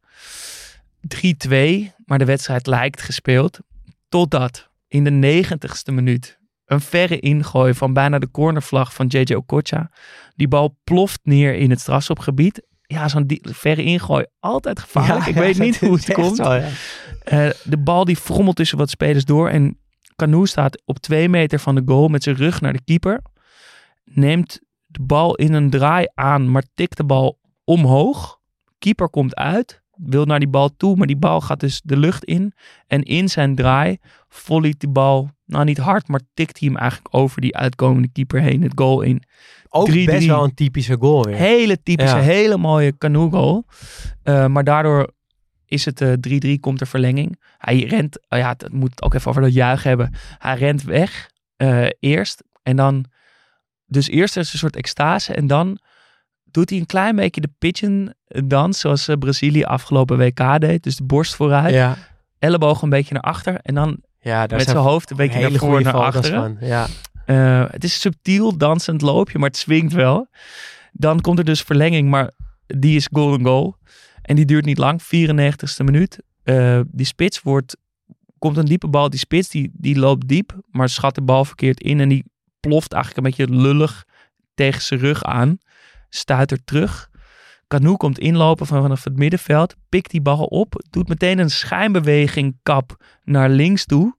3-2, maar de wedstrijd lijkt gespeeld. Totdat in de 90ste minuut een verre ingooi van bijna de cornervlag van JJ Okocha. Die bal ploft neer in het strafschopgebied. Ja, zo'n verre ingooi, altijd gevaarlijk. Ik weet niet hoe het komt. Zo, ja. De bal die frommelt tussen wat spelers door. En Canu staat op 2 meter van de goal met zijn rug naar de keeper. Neemt de bal in een draai aan, maar tikt de bal omhoog. Keeper komt uit, wil naar die bal toe, maar die bal gaat dus de lucht in. En in zijn draai volleyt die bal, nou niet hard, maar tikt hij hem eigenlijk over die uitkomende keeper heen, het goal in. Ook 3-3. best wel een typische goal weer. Hele typische, hele mooie Canu goal. Maar daardoor is het 3-3, komt er verlenging. Hij rent, het moet het ook even over dat juichen hebben. Hij rent weg, eerst. En dan, dus eerst is een soort extase. En dan doet hij een klein beetje de pigeon dans, zoals Brazilië afgelopen WK deed. Dus de borst vooruit, Ja. elleboog een beetje naar achter. En dan Ja, daar met zijn hoofd een beetje naar voren, naar achteren. Ja. Het is een subtiel dansend loopje, maar het swingt wel. Dan komt er dus verlenging, maar die is golden goal. En die duurt niet lang, 94ste minuut. Die spits komt een diepe bal. Die spits die loopt diep, maar schat de bal verkeerd in. En die ploft eigenlijk een beetje lullig tegen zijn rug aan. Stuitert terug. Canu komt inlopen vanaf het middenveld. Pikt die bal op. Doet meteen een schijnbeweging kap naar links toe.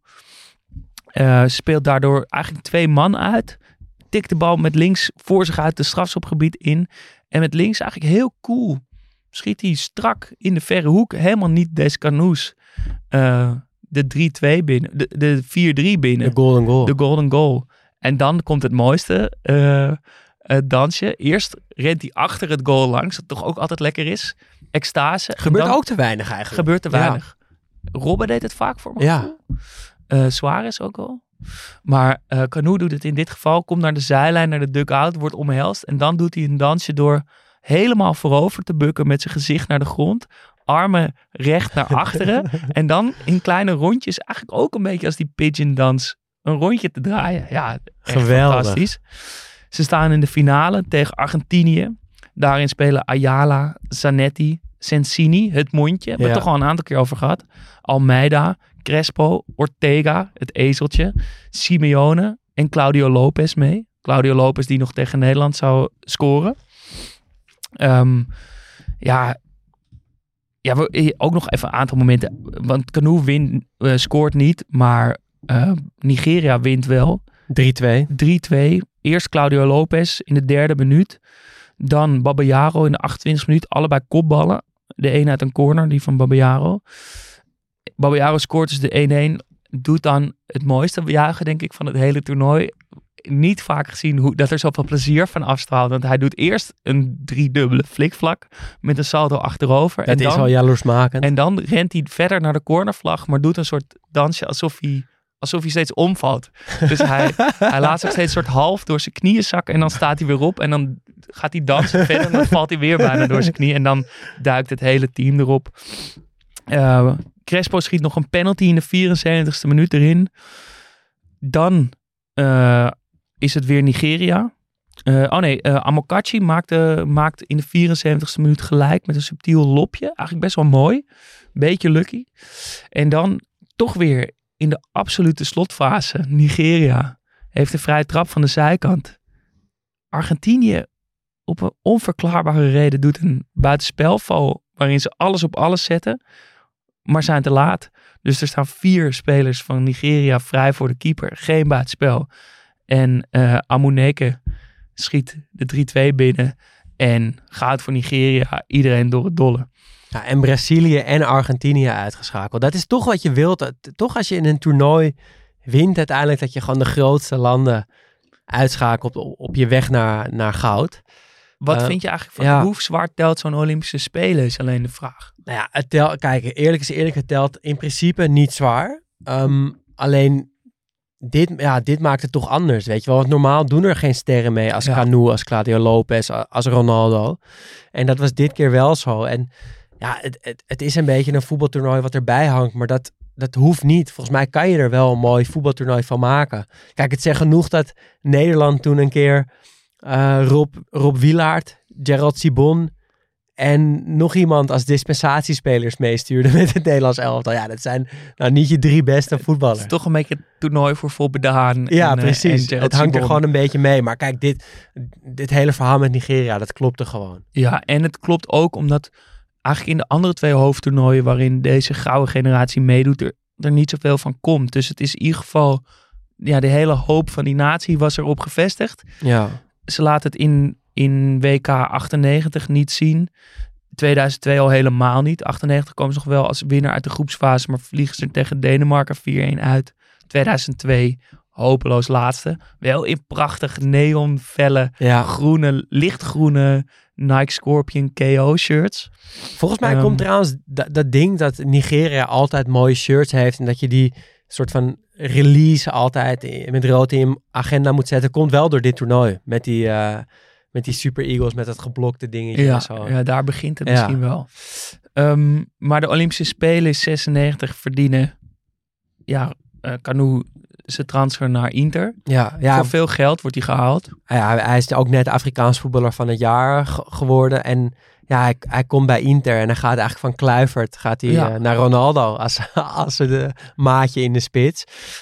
Speelt daardoor eigenlijk 2 man uit. Tikt de bal met links voor zich uit de strafschopgebied in. En met links eigenlijk heel cool schiet hij strak in de verre hoek. Helemaal niet des Canu's. De 3-2 binnen. De 4-3 binnen. De golden goal. De golden goal. En dan komt het mooiste dansje. Eerst rent hij achter het goal langs. Wat toch ook altijd lekker is. Extase. Gebeurt dan ook te weinig eigenlijk. Gebeurt te weinig. Robben deed het vaak voor me. Ja. Suarez ook al. Maar Canu doet het in dit geval. Komt naar de zijlijn, naar de dugout. Wordt omhelst. En dan doet hij een dansje door helemaal voorover te bukken met zijn gezicht naar de grond. Armen recht naar achteren. En dan in kleine rondjes, eigenlijk ook een beetje als die pigeon dans, een rondje te draaien. Ja, echt geweldig. Fantastisch. Ze staan in de finale tegen Argentinië. Daarin spelen Ayala, Zanetti, Sensini, het mondje. Hebben we het toch al een aantal keer over gehad. Almeida, Crespo, Ortega, het ezeltje, Simeone en Claudio Lopez mee. Claudio Lopez die nog tegen Nederland zou scoren. Ook nog even een aantal momenten. Want Canu scoort niet, maar Nigeria wint wel. 3-2. Eerst Claudio Lopez in de 3e minuut. Dan Babayaro in de 28e minuut. Allebei kopballen. De een uit een corner, die van Babayaro. Babayaro scoort dus de 1-1. Doet dan het mooiste juichen, denk ik, van het hele toernooi. Niet vaak gezien dat er zoveel plezier van afstraalt. Want hij doet eerst een 3-dubbele flikvlak met een salto achterover. Dat is wel jaloersmakend. En dan rent hij verder naar de cornervlag, maar doet een soort dansje alsof hij steeds omvalt. Dus hij laat zich steeds soort half door zijn knieën zakken en dan staat hij weer op en dan gaat hij dansen verder en dan valt hij weer bijna door zijn knieën en dan duikt het hele team erop. Crespo schiet nog een penalty in de 74ste minuut erin. Dan is het weer Nigeria. Amokachi maakt in de 74ste minuut gelijk met een subtiel lopje. Eigenlijk best wel mooi. Beetje lucky. En dan toch weer in de absolute slotfase. Nigeria heeft een vrije trap van de zijkant. Argentinië op een onverklaarbare reden doet een buitenspelval waarin ze alles op alles zetten, maar zijn te laat. Dus er staan 4 spelers van Nigeria vrij voor de keeper. Geen buitenspel. En Amuneke schiet de 3-2 binnen en gaat voor Nigeria iedereen door het dolle. Ja, en Brazilië en Argentinië uitgeschakeld. Dat is toch wat je wilt. Toch als je in een toernooi wint uiteindelijk dat je gewoon de grootste landen uitschakelt op je weg naar goud. Wat vind je eigenlijk van hoe zwaar telt zo'n Olympische Spelen is alleen de vraag. Nou ja, kijk, eerlijk is eerlijk, het telt in principe niet zwaar. Alleen dit maakt het toch anders, weet je wel. Want normaal doen er geen sterren mee als Canu, als Claudio Lopez, als Ronaldo. En dat was dit keer wel zo. En ja, het is een beetje een voetbaltoernooi wat erbij hangt, maar dat hoeft niet. Volgens mij kan je er wel een mooi voetbaltoernooi van maken. Kijk, het zegt genoeg dat Nederland toen een keer Rob Wielaert, Gerald Sibon en nog iemand als dispensatiespelers meestuurde met het Nederlands elftal. Ja, dat zijn niet je 3 beste voetballers. Het is toch een beetje het toernooi voor Volpe Haan. Ja, precies. En het hangt er gewoon een beetje mee. Maar kijk, dit hele verhaal met Nigeria, dat klopte gewoon. Ja, en het klopt ook omdat eigenlijk in de andere 2 hoofdtoernooien waarin deze gouden generatie meedoet, er niet zoveel van komt. Dus het is in ieder geval, de hele hoop van die natie was erop gevestigd. Ja. Ze laten het in WK 98 niet zien. 2002 al helemaal niet. 98 komen ze nog wel als winnaar uit de groepsfase, maar vliegen ze er tegen Denemarken 4-1 uit. 2002 hopeloos laatste. Wel in prachtig neonfelle, groene, lichtgroene Nike Scorpion KO shirts. Volgens mij komt trouwens dat ding dat Nigeria altijd mooie shirts heeft en dat je die soort van release altijd met rood in je agenda moet zetten, komt wel door dit toernooi. Met die Super Eagles, met dat geblokte dingetje en zo. Ja, daar begint het misschien wel. Maar de Olympische Spelen in 96 verdienen Canu zijn transfer naar Inter. Ja. Voor veel geld wordt hij gehaald. Hij is ook net Afrikaans voetballer van het jaar geworden. En ja, hij komt bij Inter en hij gaat eigenlijk van Kluivert naar Ronaldo als de maatje in de spits.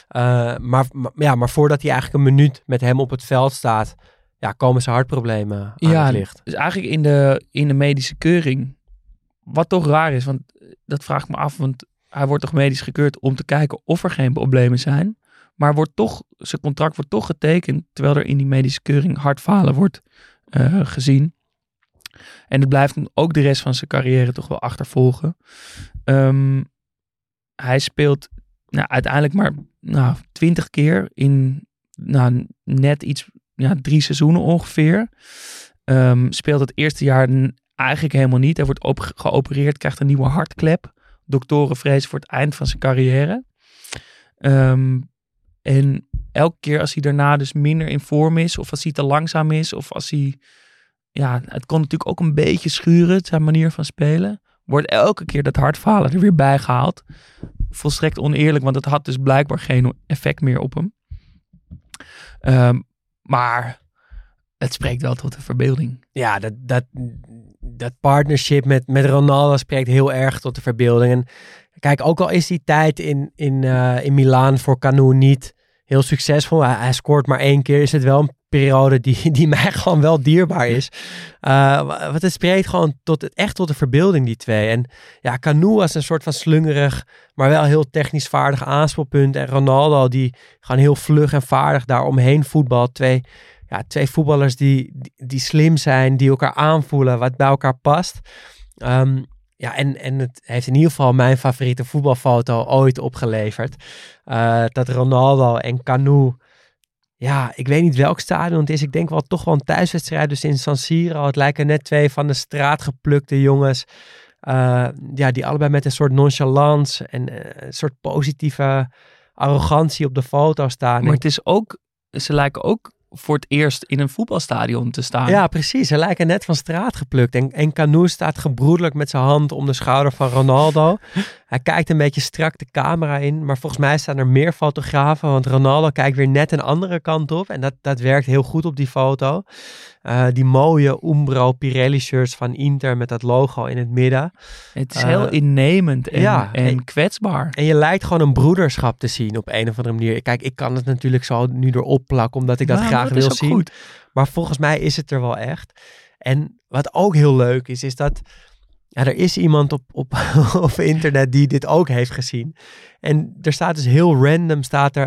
Maar voordat hij eigenlijk een minuut met hem op het veld staat, komen zijn hartproblemen aan het licht. Dus eigenlijk in de medische keuring, wat toch raar is, want dat vraag ik me af, want hij wordt toch medisch gekeurd om te kijken of er geen problemen zijn. Maar zijn contract wordt toch getekend, terwijl er in die medische keuring hartfalen wordt gezien. En het blijft hem ook de rest van zijn carrière toch wel achtervolgen. Hij speelt uiteindelijk maar 20 keer in net iets, 3 seizoenen ongeveer. Speelt het eerste jaar eigenlijk helemaal niet. Hij wordt geopereerd, krijgt een nieuwe hartklep. Doktoren vrezen voor het eind van zijn carrière. En elke keer als hij daarna dus minder in vorm is, of als hij te langzaam is, of als hij, het kon natuurlijk ook een beetje schuren, zijn manier van spelen, wordt elke keer dat hartfalen er weer bij gehaald. Volstrekt oneerlijk, want het had dus blijkbaar geen effect meer op hem. Maar het spreekt wel tot de verbeelding. Ja, dat partnership met Ronaldo spreekt heel erg tot de verbeelding. En kijk, ook al is die tijd in Milaan voor Canu niet heel succesvol. Hij scoort maar 1 keer. Is het wel een periode die mij gewoon wel dierbaar is. Want het spreekt gewoon echt tot de verbeelding, die 2. En Canu was een soort van slungerig, maar wel heel technisch vaardig aanspoelpunt. En Ronaldo die gewoon heel vlug en vaardig daar omheen voetbalt. Twee voetballers die slim zijn, die elkaar aanvoelen, wat bij elkaar past. En het heeft in ieder geval mijn favoriete voetbalfoto ooit opgeleverd. Dat Ronaldo en Canu, ik weet niet welk stadion het is. Ik denk toch wel een thuiswedstrijd, dus in San Siro. Het lijken net 2 van de straat geplukte jongens. Die allebei met een soort nonchalance en een soort positieve arrogantie op de foto staan. Maar het is ook, ze lijken ook voor het eerst in een voetbalstadion te staan. Ja, precies. Ze lijken net van straat geplukt. En Canu staat gebroedelijk met zijn hand om de schouder van Ronaldo. Hij kijkt een beetje strak de camera in. Maar volgens mij staan er meer fotografen. Want Ronaldo kijkt weer net een andere kant op. En dat werkt heel goed op die foto. Die mooie Umbro Pirelli shirts van Inter met dat logo in het midden. Het is heel innemend en kwetsbaar. En je lijkt gewoon een broederschap te zien op een of andere manier. Kijk, ik kan het natuurlijk zo nu erop plakken, omdat ik dat graag wil zien. Goed. Maar volgens mij is het er wel echt. En wat ook heel leuk is dat er is iemand op internet die dit ook heeft gezien. En er staat dus heel random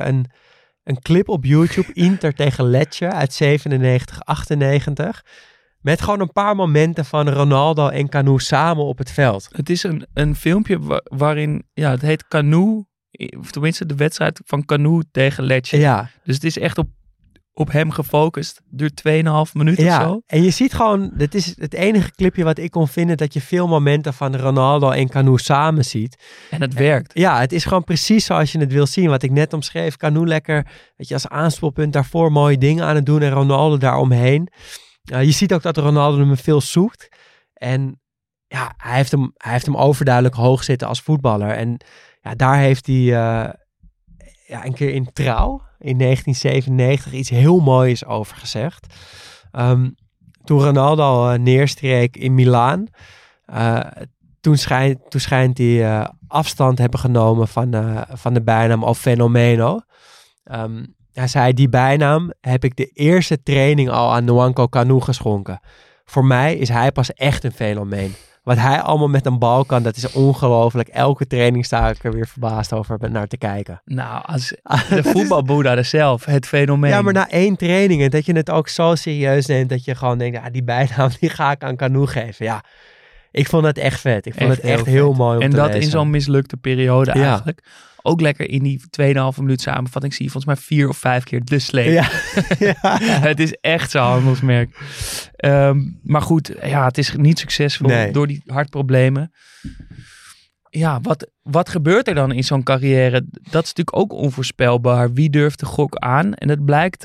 een clip op YouTube, Inter tegen Lecce uit 97, 98. Met gewoon een paar momenten van Ronaldo en Canu samen op het veld. Het is een filmpje waarin, het heet Canu, of tenminste de wedstrijd van Canu tegen Lecce. Ja. Dus het is echt op hem gefocust. Het duurt 2,5 minuten of zo. En je ziet gewoon, dit is het enige clipje wat ik kon vinden, dat je veel momenten van Ronaldo en Canu samen ziet. En het werkt. Ja, het is gewoon precies zoals je het wil zien. Wat ik net omschreef, Canu lekker, weet je, als aanspoelpunt daarvoor mooie dingen aan het doen en Ronaldo daaromheen. Je ziet ook dat Ronaldo hem veel zoekt. En ja, hij heeft hem overduidelijk hoog zitten als voetballer. En ja, daar heeft hij een keer in Trouw in 1997 iets heel moois over gezegd. Toen Ronaldo neerstreek in Milaan, toen schijnt hij afstand te hebben genomen van de bijnaam El Fenomeno. Hij zei, die bijnaam heb ik de eerste training al aan Nwankwo Kanu geschonken. Voor mij is hij pas echt een fenomeen. Wat hij allemaal met een bal kan, dat is ongelooflijk. Elke training sta ik er weer verbaasd over naar te kijken. Nou, als de voetbalboeddha zelf, het fenomeen. Ja, maar na 1 training en dat je het ook zo serieus neemt dat je gewoon denkt, die bijnaam die ga ik aan Kanu geven. Ja, ik vond het echt vet. Ik vond het echt heel mooi om te lezen. En dat in zo'n mislukte periode eigenlijk. Ook lekker in die 2,5 minuut samenvatting zie je volgens mij 4 of 5 keer de sleep. Ja. Het is echt zo'n handelsmerk. Maar goed, het is niet succesvol door die hartproblemen. Ja, wat gebeurt er dan in zo'n carrière? Dat is natuurlijk ook onvoorspelbaar. Wie durft de gok aan? En het blijkt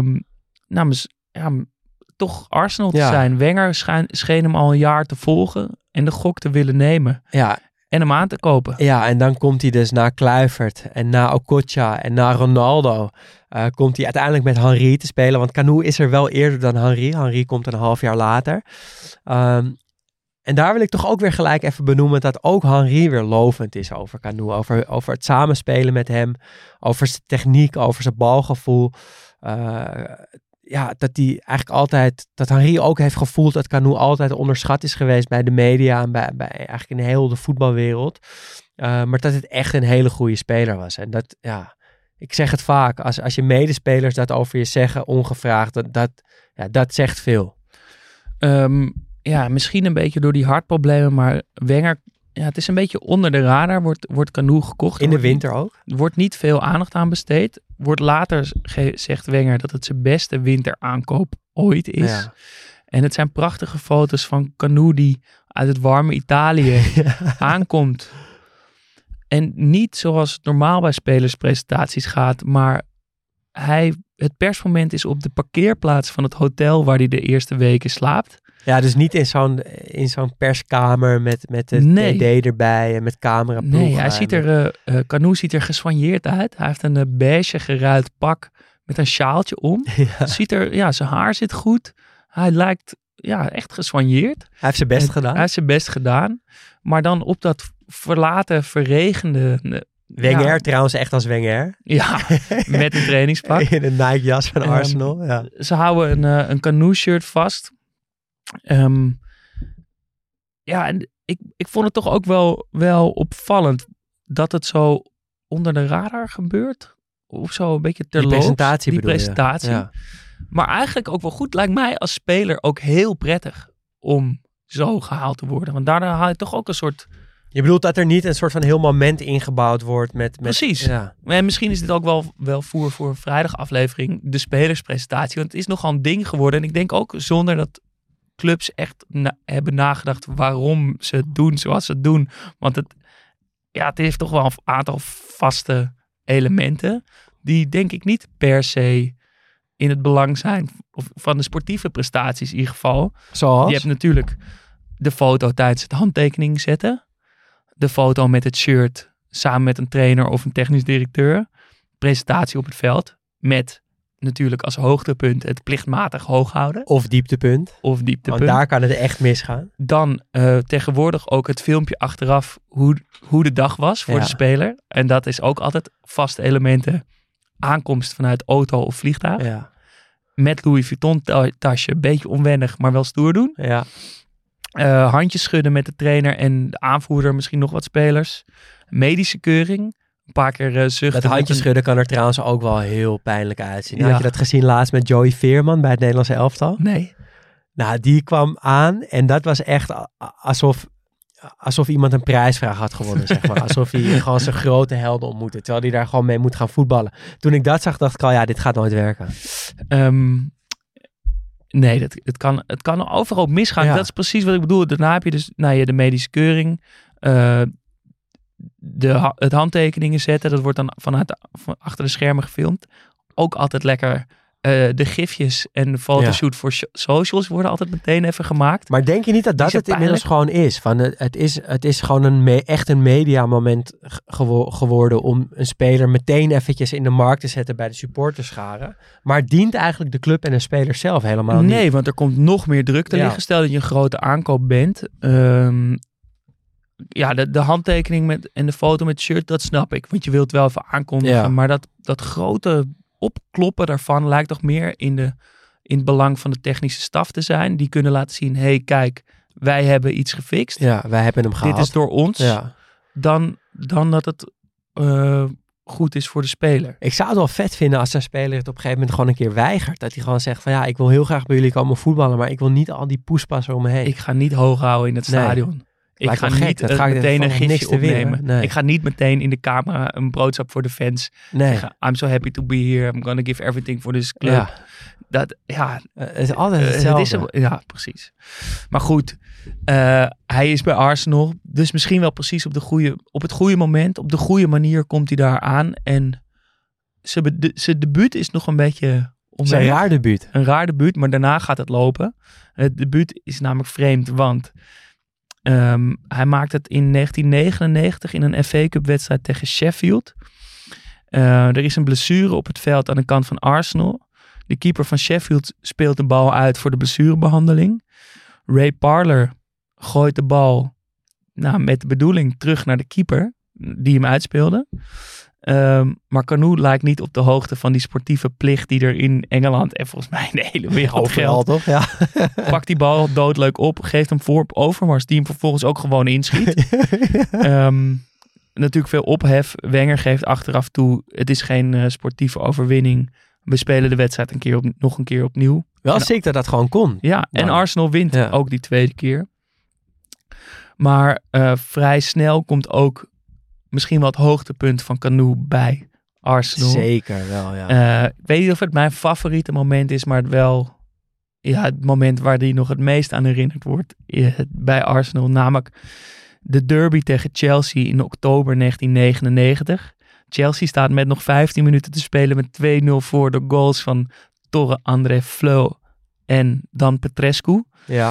toch Arsenal te zijn. Wenger scheen hem al een jaar te volgen en de gok te willen nemen. Ja. En hem aan te kopen. Ja, en dan komt hij dus na Kluivert en na Okocha en na Ronaldo. Komt hij uiteindelijk met Henry te spelen. Want Kanu is er wel eerder dan Henry. Henry komt een half jaar later. En daar wil ik toch ook weer gelijk even benoemen dat ook Henry weer lovend is over Kanu. Over het samenspelen met hem. Over zijn techniek, over zijn balgevoel. Dat hij eigenlijk altijd, dat Henry ook heeft gevoeld dat Kanu altijd onderschat is geweest bij de media en bij eigenlijk in heel de voetbalwereld. Maar dat het echt een hele goede speler was. En dat, ik zeg het vaak, als je medespelers dat over je zeggen, ongevraagd, dat zegt veel. Misschien een beetje door die hartproblemen, maar Wenger, het is een beetje onder de radar, wordt Kanu gekocht. In de winter ook? Er wordt niet veel aandacht aan besteed. Wordt later, zegt Wenger, dat het zijn beste winteraankoop ooit is. Ja. En het zijn prachtige foto's van Kanu die uit het warme Italië aankomt. En niet zoals het normaal bij spelerspresentaties gaat, maar het persmoment is op de parkeerplaats van het hotel waar hij de eerste weken slaapt. Ja, dus niet in zo'n perskamer met de TD erbij en met cameraploeg. Nee, hij ziet Kanu ziet er gesoigneerd uit. Hij heeft een beige geruit pak met een sjaaltje om. Ja. Zijn haar zit goed. Hij lijkt echt gesoigneerd. Hij heeft zijn best gedaan. Hij heeft zijn best gedaan. Maar dan op dat verlaten, verregende... Wenger, trouwens echt als Wenger. Ja, met een trainingspak. In een Nike jas van Arsenal. Ja. Ze houden een Kanu shirt vast. En ik vond het toch ook wel opvallend dat het zo onder de radar gebeurt. Of zo een beetje terloops. Die presentatie. Ja. Maar eigenlijk ook wel goed. Lijkt mij als speler ook heel prettig om zo gehaald te worden. Want daarna haal je toch ook een soort... Je bedoelt dat er niet een soort van heel moment ingebouwd wordt met... Precies. Ja. En misschien is dit ook wel voer voor een vrijdagaflevering. De spelerspresentatie. Want het is nogal een ding geworden. En ik denk ook zonder dat clubs echt hebben nagedacht waarom ze het doen zoals ze het doen. Want het heeft toch wel een aantal vaste elementen die denk ik niet per se in het belang zijn van de sportieve prestaties in ieder geval. Zoals? Je hebt natuurlijk de foto tijdens het handtekening zetten. De foto met het shirt samen met een trainer of een technisch directeur. Presentatie op het veld met natuurlijk als hoogtepunt het plichtmatig hoog houden. Of dieptepunt. Want daar kan het echt misgaan. Dan tegenwoordig ook het filmpje achteraf hoe de dag was voor de speler. En dat is ook altijd vaste elementen. Aankomst vanuit auto of vliegtuig. Ja. Met Louis Vuitton tasje. Een beetje onwennig, maar wel stoer doen. Ja. Handjes schudden met de trainer en de aanvoerder. Misschien nog wat spelers. Medische keuring. Een paar keer zuchten. Dat handjes schudden kan er trouwens ook wel heel pijnlijk uitzien. Ja. Had je dat gezien laatst met Joey Veerman bij het Nederlandse elftal? Nee. Nou, die kwam aan en dat was echt alsof iemand een prijsvraag had gewonnen, zeg maar. Alsof hij gewoon zijn grote helden ontmoette, terwijl hij daar gewoon mee moet gaan voetballen. Toen ik dat zag, dacht ik al, ja, dit gaat nooit werken. Nee, het kan overal misgaan. Ja. Dat is precies wat ik bedoel. Daarna heb je dus de medische keuring, het handtekeningen zetten. Dat wordt dan van achter de schermen gefilmd. Ook altijd lekker. De gifjes en de fotoshoot voor socials worden altijd meteen even gemaakt. Maar denk je niet dat het inmiddels gewoon is? Van het is gewoon echt een mediamoment geworden om een speler meteen eventjes in de markt te zetten bij de supporterscharen. Maar dient eigenlijk de club en de speler zelf helemaal niet? Nee, want er komt nog meer druk te liggen. Stel dat je een grote aankoop bent. De handtekening en de foto met het shirt, dat snap ik. Want je wilt wel even aankondigen. Ja. Maar dat grote opkloppen daarvan lijkt toch meer in het belang van de technische staf te zijn. Die kunnen laten zien, hey, kijk, wij hebben iets gefixt. Ja, wij hebben hem gehad. Dit is door ons. Ja. Dan dat het goed is voor de speler. Ik zou het wel vet vinden als een speler het op een gegeven moment gewoon een keer weigert. Dat hij gewoon zegt van, ja, ik wil heel graag bij jullie komen voetballen, maar ik wil niet al die poespassen om me heen. Ik ga niet hoog houden in het stadion. Ik ga niet meteen een gifje opnemen. Nee. Ik ga niet meteen in de camera een boodschap voor de fans zeggen. I'm so happy to be here. I'm gonna give everything for this club. Het is altijd hetzelfde. Ja, precies. Maar goed, hij is bij Arsenal. Dus misschien wel precies op het goede moment. Op de goede manier komt hij daar aan. En zijn debuut is nog een beetje... Zijn raar debuut. Een raar debuut, maar daarna gaat het lopen. Het debuut is namelijk vreemd, want... hij maakt het in 1999 in een FA Cup wedstrijd tegen Sheffield. Er is een blessure op het veld aan de kant van Arsenal. De keeper van Sheffield speelt de bal uit voor de blessurebehandeling. Ray Parlour gooit de bal met de bedoeling terug naar de keeper die hem uitspeelde. Maar Kanu lijkt niet op de hoogte van die sportieve plicht die er in Engeland en volgens mij in de hele wereld geldt. Toch? Ja. Pakt die bal doodleuk op, geeft hem voor op Overmars, die hem vervolgens ook gewoon inschiet. Natuurlijk veel ophef. Wenger geeft achteraf toe, het is geen sportieve overwinning. We spelen de wedstrijd nog een keer opnieuw. Wel sick dat dat gewoon kon. Ja, en Arsenal wint ook die tweede keer. Maar vrij snel komt ook misschien wel het hoogtepunt van Kanu bij Arsenal. Zeker wel, ja. Ik weet niet of het mijn favoriete moment is, maar het moment waar hij nog het meest aan herinnerd wordt bij Arsenal. Namelijk de derby tegen Chelsea in oktober 1999. Chelsea staat met nog 15 minuten te spelen met 2-0 voor de goals van Torre André Fleu en Dan Petrescu. Ja.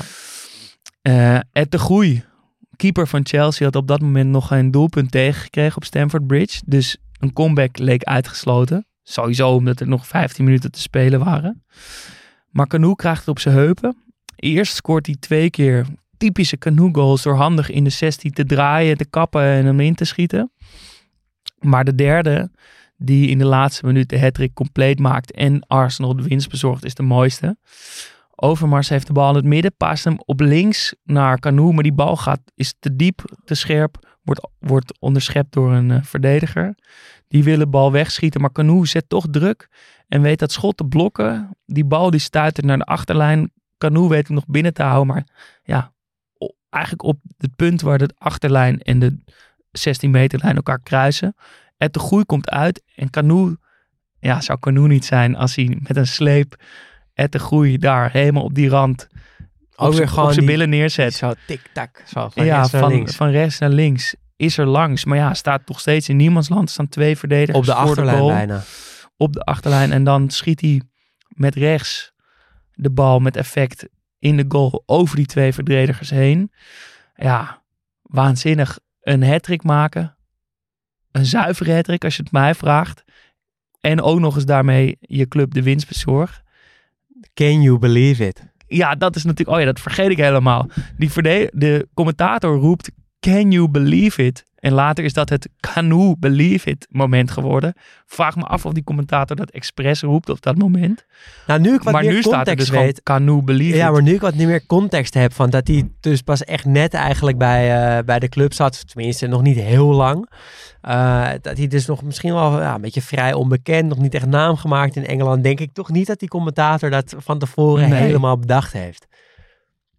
Ed de Groei, keeper van Chelsea, had op dat moment nog geen doelpunt tegengekregen op Stamford Bridge. Dus een comeback leek uitgesloten. Sowieso omdat er nog 15 minuten te spelen waren. Maar Kanu krijgt het op zijn heupen. Eerst scoort hij 2 keer typische Kanu goals door handig in de 16 te draaien, te kappen en hem in te schieten. Maar de derde, die in de laatste minuut de hat-trick compleet maakt en Arsenal de winst bezorgt, is de mooiste. Overmars heeft de bal in het midden, paast hem op links naar Kanu, maar die bal is te diep, te scherp, wordt onderschept door een verdediger. Die wil de bal wegschieten, maar Kanu zet toch druk en weet dat schot te blokken. Die bal die stuitert naar de achterlijn. Kanu weet hem nog binnen te houden, maar ja, eigenlijk op het punt waar de achterlijn en de 16 meterlijn elkaar kruisen. Ed de Groei komt uit en Kanu, zou Kanu niet zijn als hij met een sleep Ed de Groei daar helemaal op die rand op zijn billen neerzet. Zo tik-tak. Van rechts naar links. Is er langs. Maar staat nog steeds in niemandsland. Er staan 2 verdedigers op de achterlijn voor de bijna. Op de achterlijn. En dan schiet hij met rechts de bal met effect in de goal over die 2 verdedigers heen. Ja, waanzinnig. Een hat-trick maken. Een zuivere hat-trick als je het mij vraagt. En ook nog eens daarmee je club de winst bezorgt. Can you believe it? Ja, dat is natuurlijk... dat vergeet ik helemaal. De commentator roept, can you believe it? En later is dat het Kanu believe it moment geworden. Vraag me af of die commentator dat expres roept op dat moment. Nou, nu ik wat meer context staat er dus weet, Kanu believe it. Ja, maar nu ik wat meer context heb van dat hij dus pas echt net eigenlijk bij de club zat. Tenminste, nog niet heel lang. Dat hij dus nog misschien wel een beetje vrij onbekend, nog niet echt naam gemaakt in Engeland. Denk ik toch niet dat die commentator dat van tevoren helemaal bedacht heeft.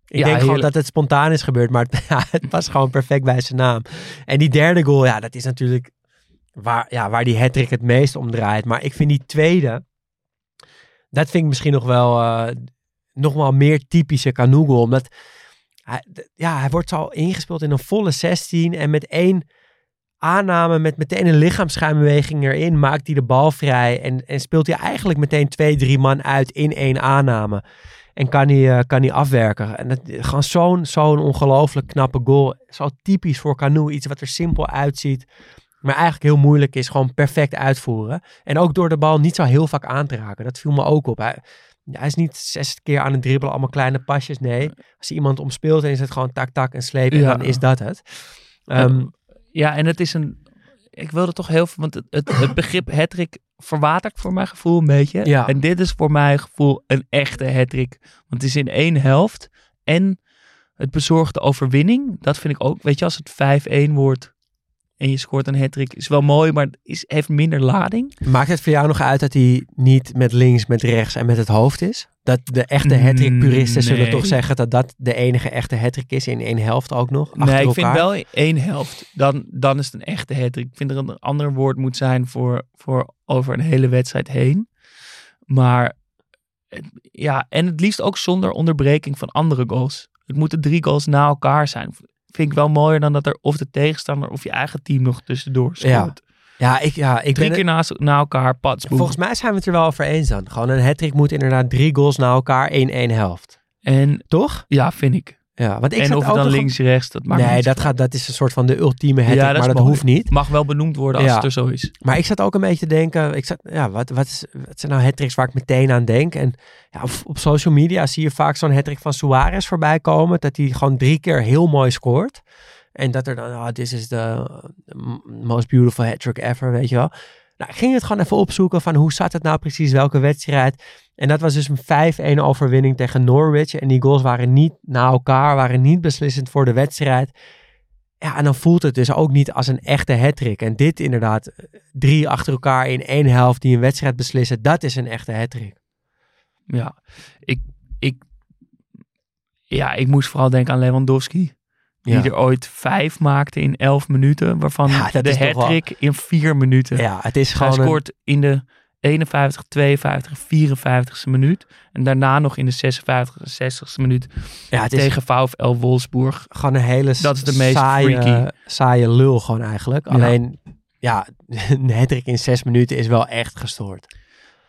Ik denk gewoon dat het spontaan is gebeurd, maar het past gewoon perfect bij zijn naam. En die derde goal, dat is natuurlijk waar die hattrick het meest om draait. Maar ik vind die tweede, dat vind ik misschien nog wel meer typische Kanu-goal. Omdat hij wordt zo ingespeeld in een volle 16 en met 1 aanname, met meteen een lichaamsschuimbeweging erin, maakt hij de bal vrij en speelt hij eigenlijk meteen 2-3 man uit in 1 aanname. En kan hij afwerken. En gewoon zo'n ongelooflijk knappe goal. Zo typisch voor Kanu. Iets wat er simpel uitziet. Maar eigenlijk heel moeilijk is. Gewoon perfect uitvoeren. En ook door de bal niet zo heel vaak aan te raken. Dat viel me ook op. Hij is niet 60 keer aan het dribbelen. Allemaal kleine pasjes. Nee. Als iemand omspeelt en is het gewoon tak en slepen. En dan is dat het. En het is ik wilde toch heel veel... Want het begrip hattrick verwatert voor mijn gevoel een beetje. Ja. En dit is voor mijn gevoel een echte hattrick. Want het is in 1 helft. En het bezorgt de overwinning. Dat vind ik ook... Weet je, als het 5-1 wordt en je scoort een hattrick, is wel mooi, maar heeft minder lading. Maakt het voor jou nog uit dat hij niet met links, met rechts en met het hoofd is? Dat de echte hattrick-puristen zullen toch zeggen dat de enige echte hattrick is in 1 helft ook nog? Nee, ik vind wel in 1 helft. Dan is het een echte hattrick. Ik vind er een ander woord moet zijn voor over een hele wedstrijd heen. Maar en het liefst ook zonder onderbreking van andere goals. Het moeten 3 goals na elkaar zijn. Vind ik wel mooier dan dat er of de tegenstander of je eigen team nog tussendoor scoort. Ik 3 keer na elkaar, patsboem. Volgens mij zijn we het er wel over eens dan. Gewoon een hattrick moet inderdaad 3 goals na elkaar in 1 helft. En toch? Ja, vind ik. Ja, want ik en zat of het ook dan nog links, rechts, dat maakt niet. Dat is een soort van de ultieme hattrick, maar dat hoeft niet. Mag wel benoemd worden als het er zo is. Maar ik zat ook een beetje te denken, wat zijn nou hattricks waar ik meteen aan denk? En op social media zie je vaak zo'n hattrick van Suarez voorbij komen, dat hij gewoon 3 keer heel mooi scoort. En dat er dan, this is the most beautiful hat-trick ever, weet je wel. Nou, ik ging het gewoon even opzoeken van hoe zat het nou precies, welke wedstrijd. En dat was dus een 5-1 overwinning tegen Norwich. En die goals waren niet na elkaar, waren niet beslissend voor de wedstrijd. Ja, en dan voelt het dus ook niet als een echte hat-trick. En dit inderdaad, 3 achter elkaar in 1 helft die een wedstrijd beslissen, dat is een echte hat-trick. Ja, ik moest vooral denken aan Lewandowski. Die er ooit 5 maakte in 11 minuten. Waarvan de hat-trick in 4 minuten. Ja, het is gewoon... Hij scoort in de 51, 52, 54ste minuut. En daarna nog in de 56, 60ste minuut. Ja, het tegen VfL Wolfsburg. Gewoon een hele dat is de meest saaie lul gewoon eigenlijk. Alleen, een hat-trick in 6 minuten is wel echt gestoord.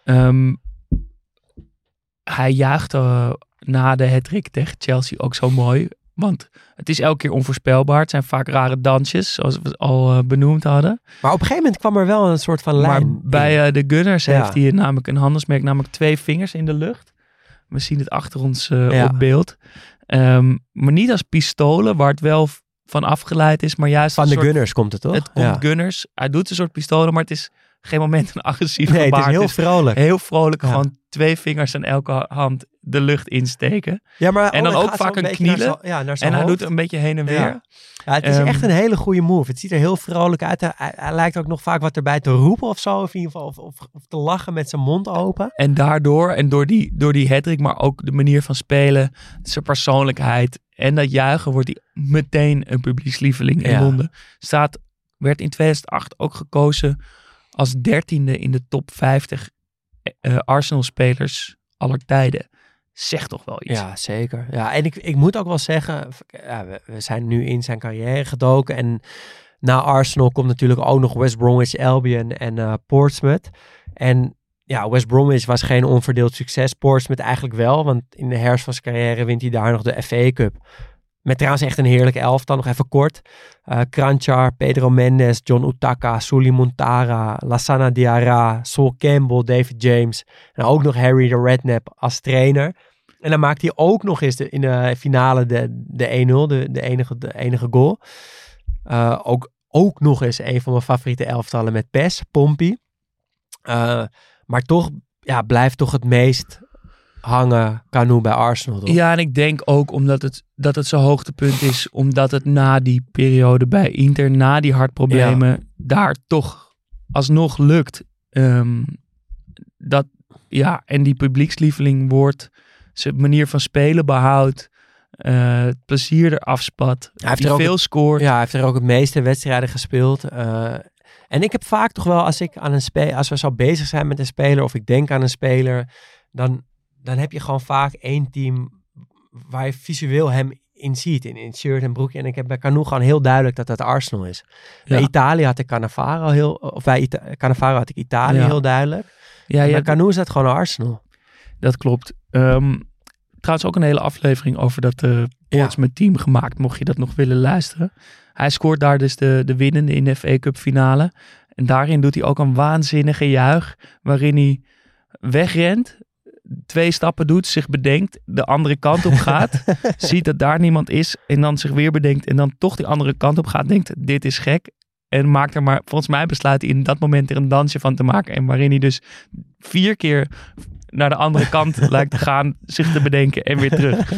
Hij juichte na de hat-trick tegen Chelsea ook zo mooi. Want het is elke keer onvoorspelbaar. Het zijn vaak rare dansjes, zoals we al benoemd hadden. Maar op een gegeven moment kwam er wel een soort van lijn. Maar bij de Gunners heeft hij namelijk een handelsmerk, namelijk 2 vingers in de lucht. We zien het achter ons op beeld. Maar niet als pistolen, waar het wel van afgeleid is, maar juist van de Gunners komt het toch? Het komt Gunners. Hij doet een soort pistolen, maar het is geen moment een agressief gebaar. Het is heel vrolijk. Heel vrolijk, gewoon 2 vingers aan elke hand de lucht insteken. Ja, maar en dan ook vaak een knielen. En hij doet een beetje heen en weer. Ja, het is echt een hele goede move. Het ziet er heel vrolijk uit. Hij lijkt ook nog vaak wat erbij te roepen of zo. Of in ieder geval of te lachen met zijn mond open. En daardoor, en door die hat-trick, maar ook de manier van spelen, zijn persoonlijkheid en dat juichen, wordt hij meteen een publiekslieveling in Londen. Werd in 2008 ook gekozen als 13e in de top 50 Arsenal-spelers aller tijden. Zegt toch wel iets. Ja, zeker. Ja, en ik moet ook wel zeggen, we zijn nu in zijn carrière gedoken. En na Arsenal komt natuurlijk ook nog West Bromwich Albion en Portsmouth. En West Bromwich was geen onverdeeld succes. Portsmouth eigenlijk wel, want in de herfst van zijn carrière wint hij daar nog de FA Cup. Met trouwens echt een heerlijke elftal, nog even kort. Kranjčar, Pedro Mendes, John Utaka, Sulley Muntara, Lassana Diarra, Sol Campbell, David James. En ook nog Harry de Redknapp als trainer. En dan maakt hij ook nog eens in de finale de 1-0, de enige goal. Ook nog eens een van mijn favoriete elftallen met PES, Pompey. Maar toch blijft toch het meest hangen Kanu bij Arsenal. Toch? Ja, en ik denk ook omdat het zo'n hoogtepunt is, omdat het na die periode bij Inter, na die hartproblemen, daar toch alsnog lukt. En die publiekslieveling wordt, zijn manier van spelen behoudt, Het plezier eraf spat. Hij heeft die er ook veel scoort. Ja, hij heeft er ook het meeste wedstrijden gespeeld. En ik heb vaak toch wel, als we zo bezig zijn met een speler, of ik denk aan een speler, dan heb je gewoon vaak één team waar je visueel hem in ziet, in shirt en broekje. En ik heb bij Canu gewoon heel duidelijk dat dat Arsenal is. Bij Italië had ik Cannavaro had ik Italië heel duidelijk. Ja, bij Canu is dat gewoon Arsenal. Dat klopt. Trouwens ook een hele aflevering over dat Portsmouth team gemaakt, mocht je dat nog willen luisteren. Hij scoort daar dus de winnende in de FA Cup finale. En daarin doet hij ook een waanzinnige juich, waarin hij wegrent, 2 stappen doet, zich bedenkt, de andere kant op gaat, ziet dat daar niemand is en dan zich weer bedenkt en dan toch die andere kant op gaat, denkt, dit is gek. En maakt er maar, volgens mij besluit hij in dat moment er een dansje van te maken. En waarin hij dus 4 keer naar de andere kant lijkt te gaan, zich te bedenken en weer terug.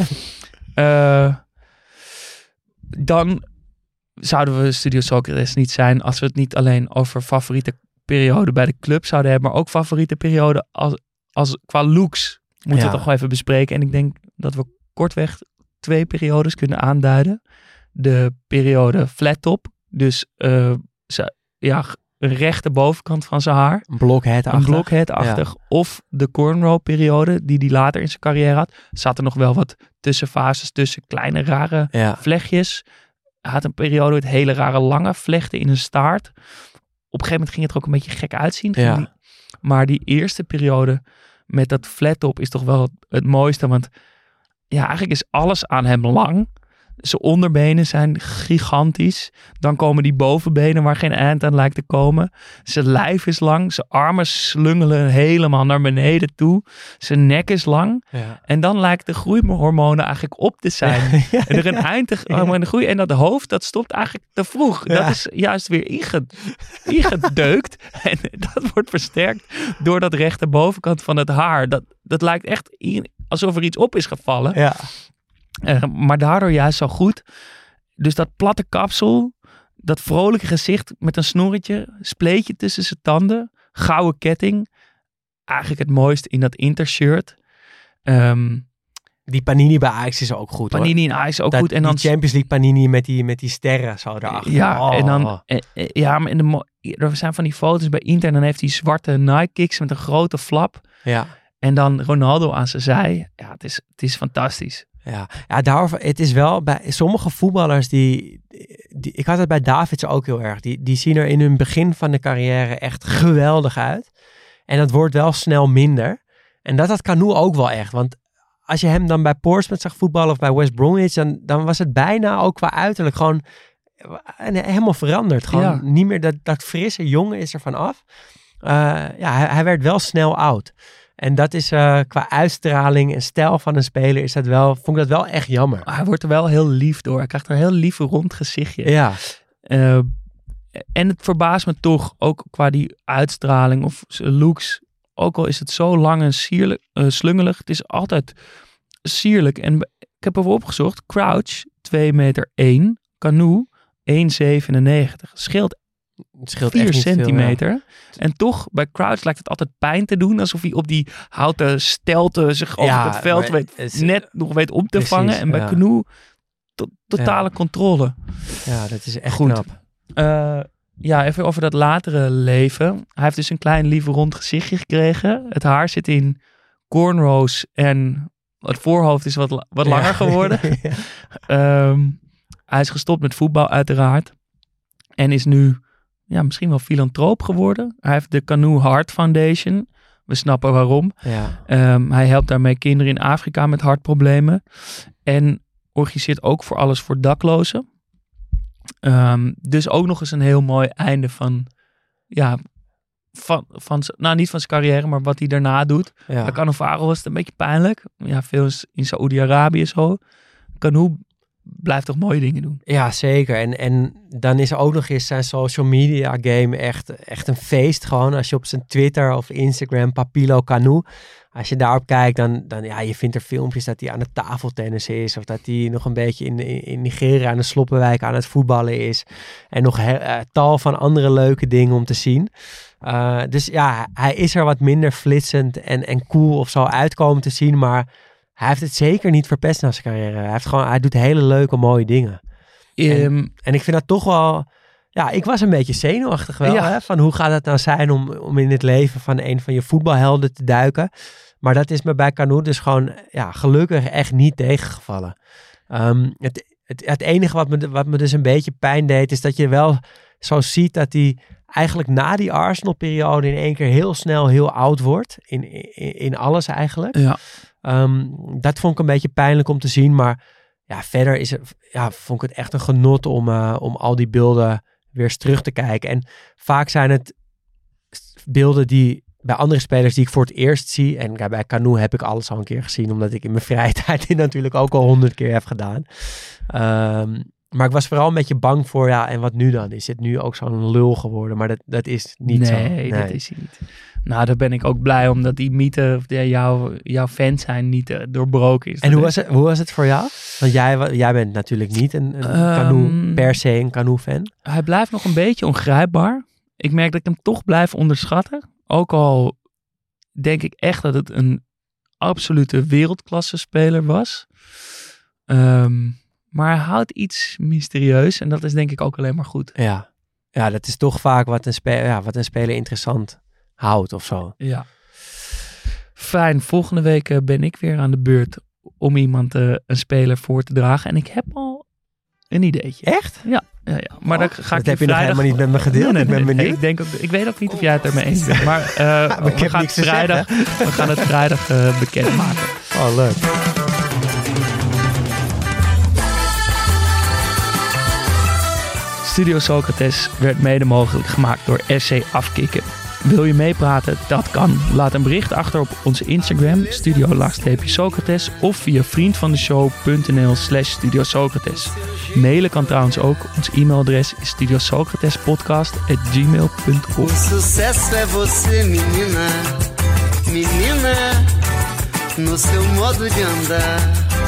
Dan zouden we Studio Socrates niet zijn als we het niet alleen over favoriete periode bij de club zouden hebben, maar ook favoriete periode als qua looks moeten we toch wel even bespreken. En ik denk dat we kortweg 2 periodes kunnen aanduiden. De periode flat top, dus een rechte bovenkant van zijn haar. Een blockhead-achtig. Ja. Of de cornrow periode die hij later in zijn carrière had. Zaten nog wel wat tussenfases tussen, kleine rare vlechtjes. Hij had een periode met hele rare lange vlechten in een staart. Op een gegeven moment ging het er ook een beetje gek uitzien. Ja. Maar die eerste periode met dat flat top is toch wel het mooiste. Want ja, eigenlijk is alles aan hem lang. Zijn onderbenen zijn gigantisch. Dan komen die bovenbenen waar geen eind aan lijkt te komen. Zijn lijf is lang. Zijn armen slungelen helemaal naar beneden toe. Zijn nek is lang. Ja. En dan lijkt de groeihormonen eigenlijk op te zijn. En er een eind te komen. En dat hoofd, dat stopt eigenlijk te vroeg. Ja. Dat is juist weer ingedeukt. En dat wordt versterkt door dat rechte bovenkant van het haar. Dat lijkt echt alsof er iets op is gevallen. Ja. Maar daardoor juist zo goed. Dus dat platte kapsel, dat vrolijke gezicht met een snorretje, spleetje tussen zijn tanden, gouden ketting. Eigenlijk het mooiste in dat intershirt. Die Panini bij Ajax is ook goed. Panini in Ajax is ook goed. En dan die Champions League Panini met die sterren zo erachter. Ja, en dan maar er zijn van die foto's bij Inter en dan heeft hij zwarte Nike kicks met een grote flap. Ja. En dan Ronaldo aan zijn zij. Ja, het is fantastisch. Ja, daarover, het is wel bij sommige voetballers die ik had het bij Davids ook heel erg. Die zien er in hun begin van de carrière echt geweldig uit. En dat wordt wel snel minder. En dat had Canu ook wel echt. Want als je hem dan bij Portsmouth zag voetballen of bij West Bromwich, dan was het bijna ook qua uiterlijk gewoon helemaal veranderd. Gewoon niet meer dat frisse jongen is er van af. Hij werd wel snel oud. En dat is qua uitstraling en stijl van een speler vond ik dat wel echt jammer. Hij wordt er wel heel lief door. Hij krijgt een heel lief rond gezichtje. Ja. En het verbaast me toch ook qua die uitstraling of looks. Ook al is het zo lang en sierlijk, slungelig. Het is altijd sierlijk. En ik heb even opgezocht. Crouch 2,1 meter. Canu 1,97. Scheelt 4 centimeter. Veel, ja. En toch, bij Crouch lijkt het altijd pijn te doen. Alsof hij op die houten stelten zich over het veld net nog weet om te vangen. En bij Canu totale controle. Ja, dat is echt goed. Knap. Even over dat latere leven. Hij heeft dus een klein lief rond gezichtje gekregen. Het haar zit in cornrows en het voorhoofd is wat langer geworden. Hij is gestopt met voetbal uiteraard. En is nu misschien wel filantroop geworden. Hij heeft de Canu Heart Foundation. We snappen waarom. Ja. Hij helpt daarmee kinderen in Afrika met hartproblemen. En organiseert ook voor alles voor daklozen. Dus ook nog eens een heel mooi einde van niet van zijn carrière, maar wat hij daarna doet. Ja. Bij Cannavaro was het een beetje pijnlijk. Ja, veel in Saoedi-Arabië zo. Canu blijft toch mooie dingen doen. Ja, zeker. En dan is er ook nog eens zijn social media game echt een feest. Gewoon als je op zijn Twitter of Instagram, Papilo Canu, als je daarop kijkt, dan je vindt er filmpjes dat hij aan het tafeltennissen is. Of dat hij nog een beetje in Nigeria aan de Sloppenwijk aan het voetballen is. En nog tal van andere leuke dingen om te zien. Dus hij is er wat minder flitsend en cool of zo uitkomen te zien. Maar hij heeft het zeker niet verpest na zijn carrière. Hij doet hele leuke, mooie dingen. En ik vind dat toch wel... Ja, ik was een beetje zenuwachtig wel. Ja. Hè? Van hoe gaat het nou zijn om in het leven van een van je voetbalhelden te duiken. Maar dat is me bij Kanu dus gewoon gelukkig echt niet tegengevallen. Het enige wat me dus een beetje pijn deed, is dat je wel zo ziet dat hij eigenlijk na die Arsenal-periode in één keer heel snel heel oud wordt. In alles eigenlijk. Ja. Dat vond ik een beetje pijnlijk om te zien. Maar ja, verder vond ik het echt een genot om al die beelden weer eens terug te kijken. En vaak zijn het beelden die bij andere spelers die ik voor het eerst zie. En bij Kanu heb ik alles al een keer gezien, omdat ik in mijn vrije tijd dit natuurlijk ook al 100 keer heb gedaan. Maar ik was vooral een beetje bang voor, en wat nu dan? Is het nu ook zo'n lul geworden? Maar dat is niet zo. Nee, dat is hij niet. Nou, daar ben ik ook blij omdat die mythe, jouw fans zijn, niet doorbroken is. En hoe was het voor jou? Want jij bent natuurlijk niet per se een Kanu-fan. Hij blijft nog een beetje ongrijpbaar. Ik merk dat ik hem toch blijf onderschatten. Ook al denk ik echt dat het een absolute wereldklasse speler was. Maar hij houdt iets mysterieus. En dat is denk ik ook alleen maar goed. Ja, dat is toch vaak wat een speler interessant houdt of zo. Ja. Fijn, volgende week ben ik weer aan de beurt om iemand, een speler voor te dragen. En ik heb al een ideetje. Echt? Ja. Maar dan ga ik dat heb je nog helemaal niet met me gedeeld. Nee, ik ben benieuwd. Ik weet ook niet of jij het ermee eens bent. Maar we gaan het vrijdag bekendmaken. Oh, leuk. Studio Socrates werd mede mogelijk gemaakt door SC Afkikken. Wil je meepraten? Dat kan. Laat een bericht achter op onze Instagram, studio_Socrates, of via vriendvandeshow.nl/Studio Socrates. Mailen kan trouwens ook. Ons e-mailadres is studiosocratespodcast@gmail.com. O sucesso é você, menina, menina, no seu modo de andar.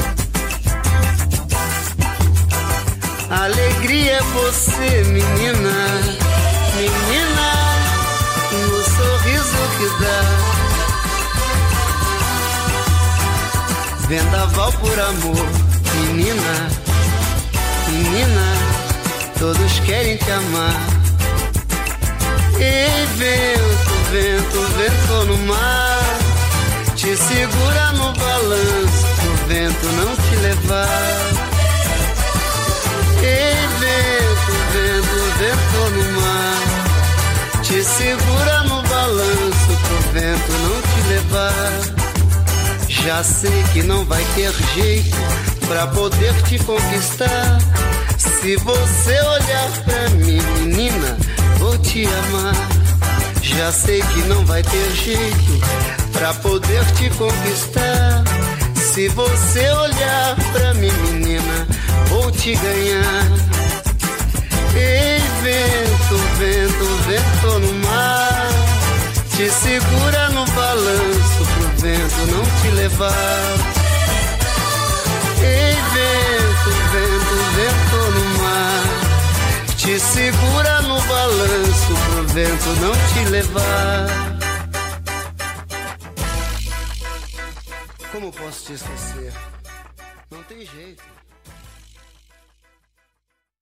Alegria é você, menina, menina, no sorriso que dá. Vendaval por amor, menina, menina, todos querem te amar. Ei, vento, vento, vento no mar, te segura no balanço, pro vento não te levar. Ei, vento, vento, vento no mar, te segura no balanço, pro vento não te levar. Já sei que não vai ter jeito pra poder te conquistar. Se você olhar pra mim, menina, vou te amar. Já sei que não vai ter jeito pra poder te conquistar. Se você olhar pra mim, menina, vou te ganhar. Ei, vento, vento, vento no mar, te segura no balanço pro vento não te levar. Ei, vento, vento, vento no mar, te segura no balanço pro vento não te levar. Como posso te esquecer? Não tem jeito.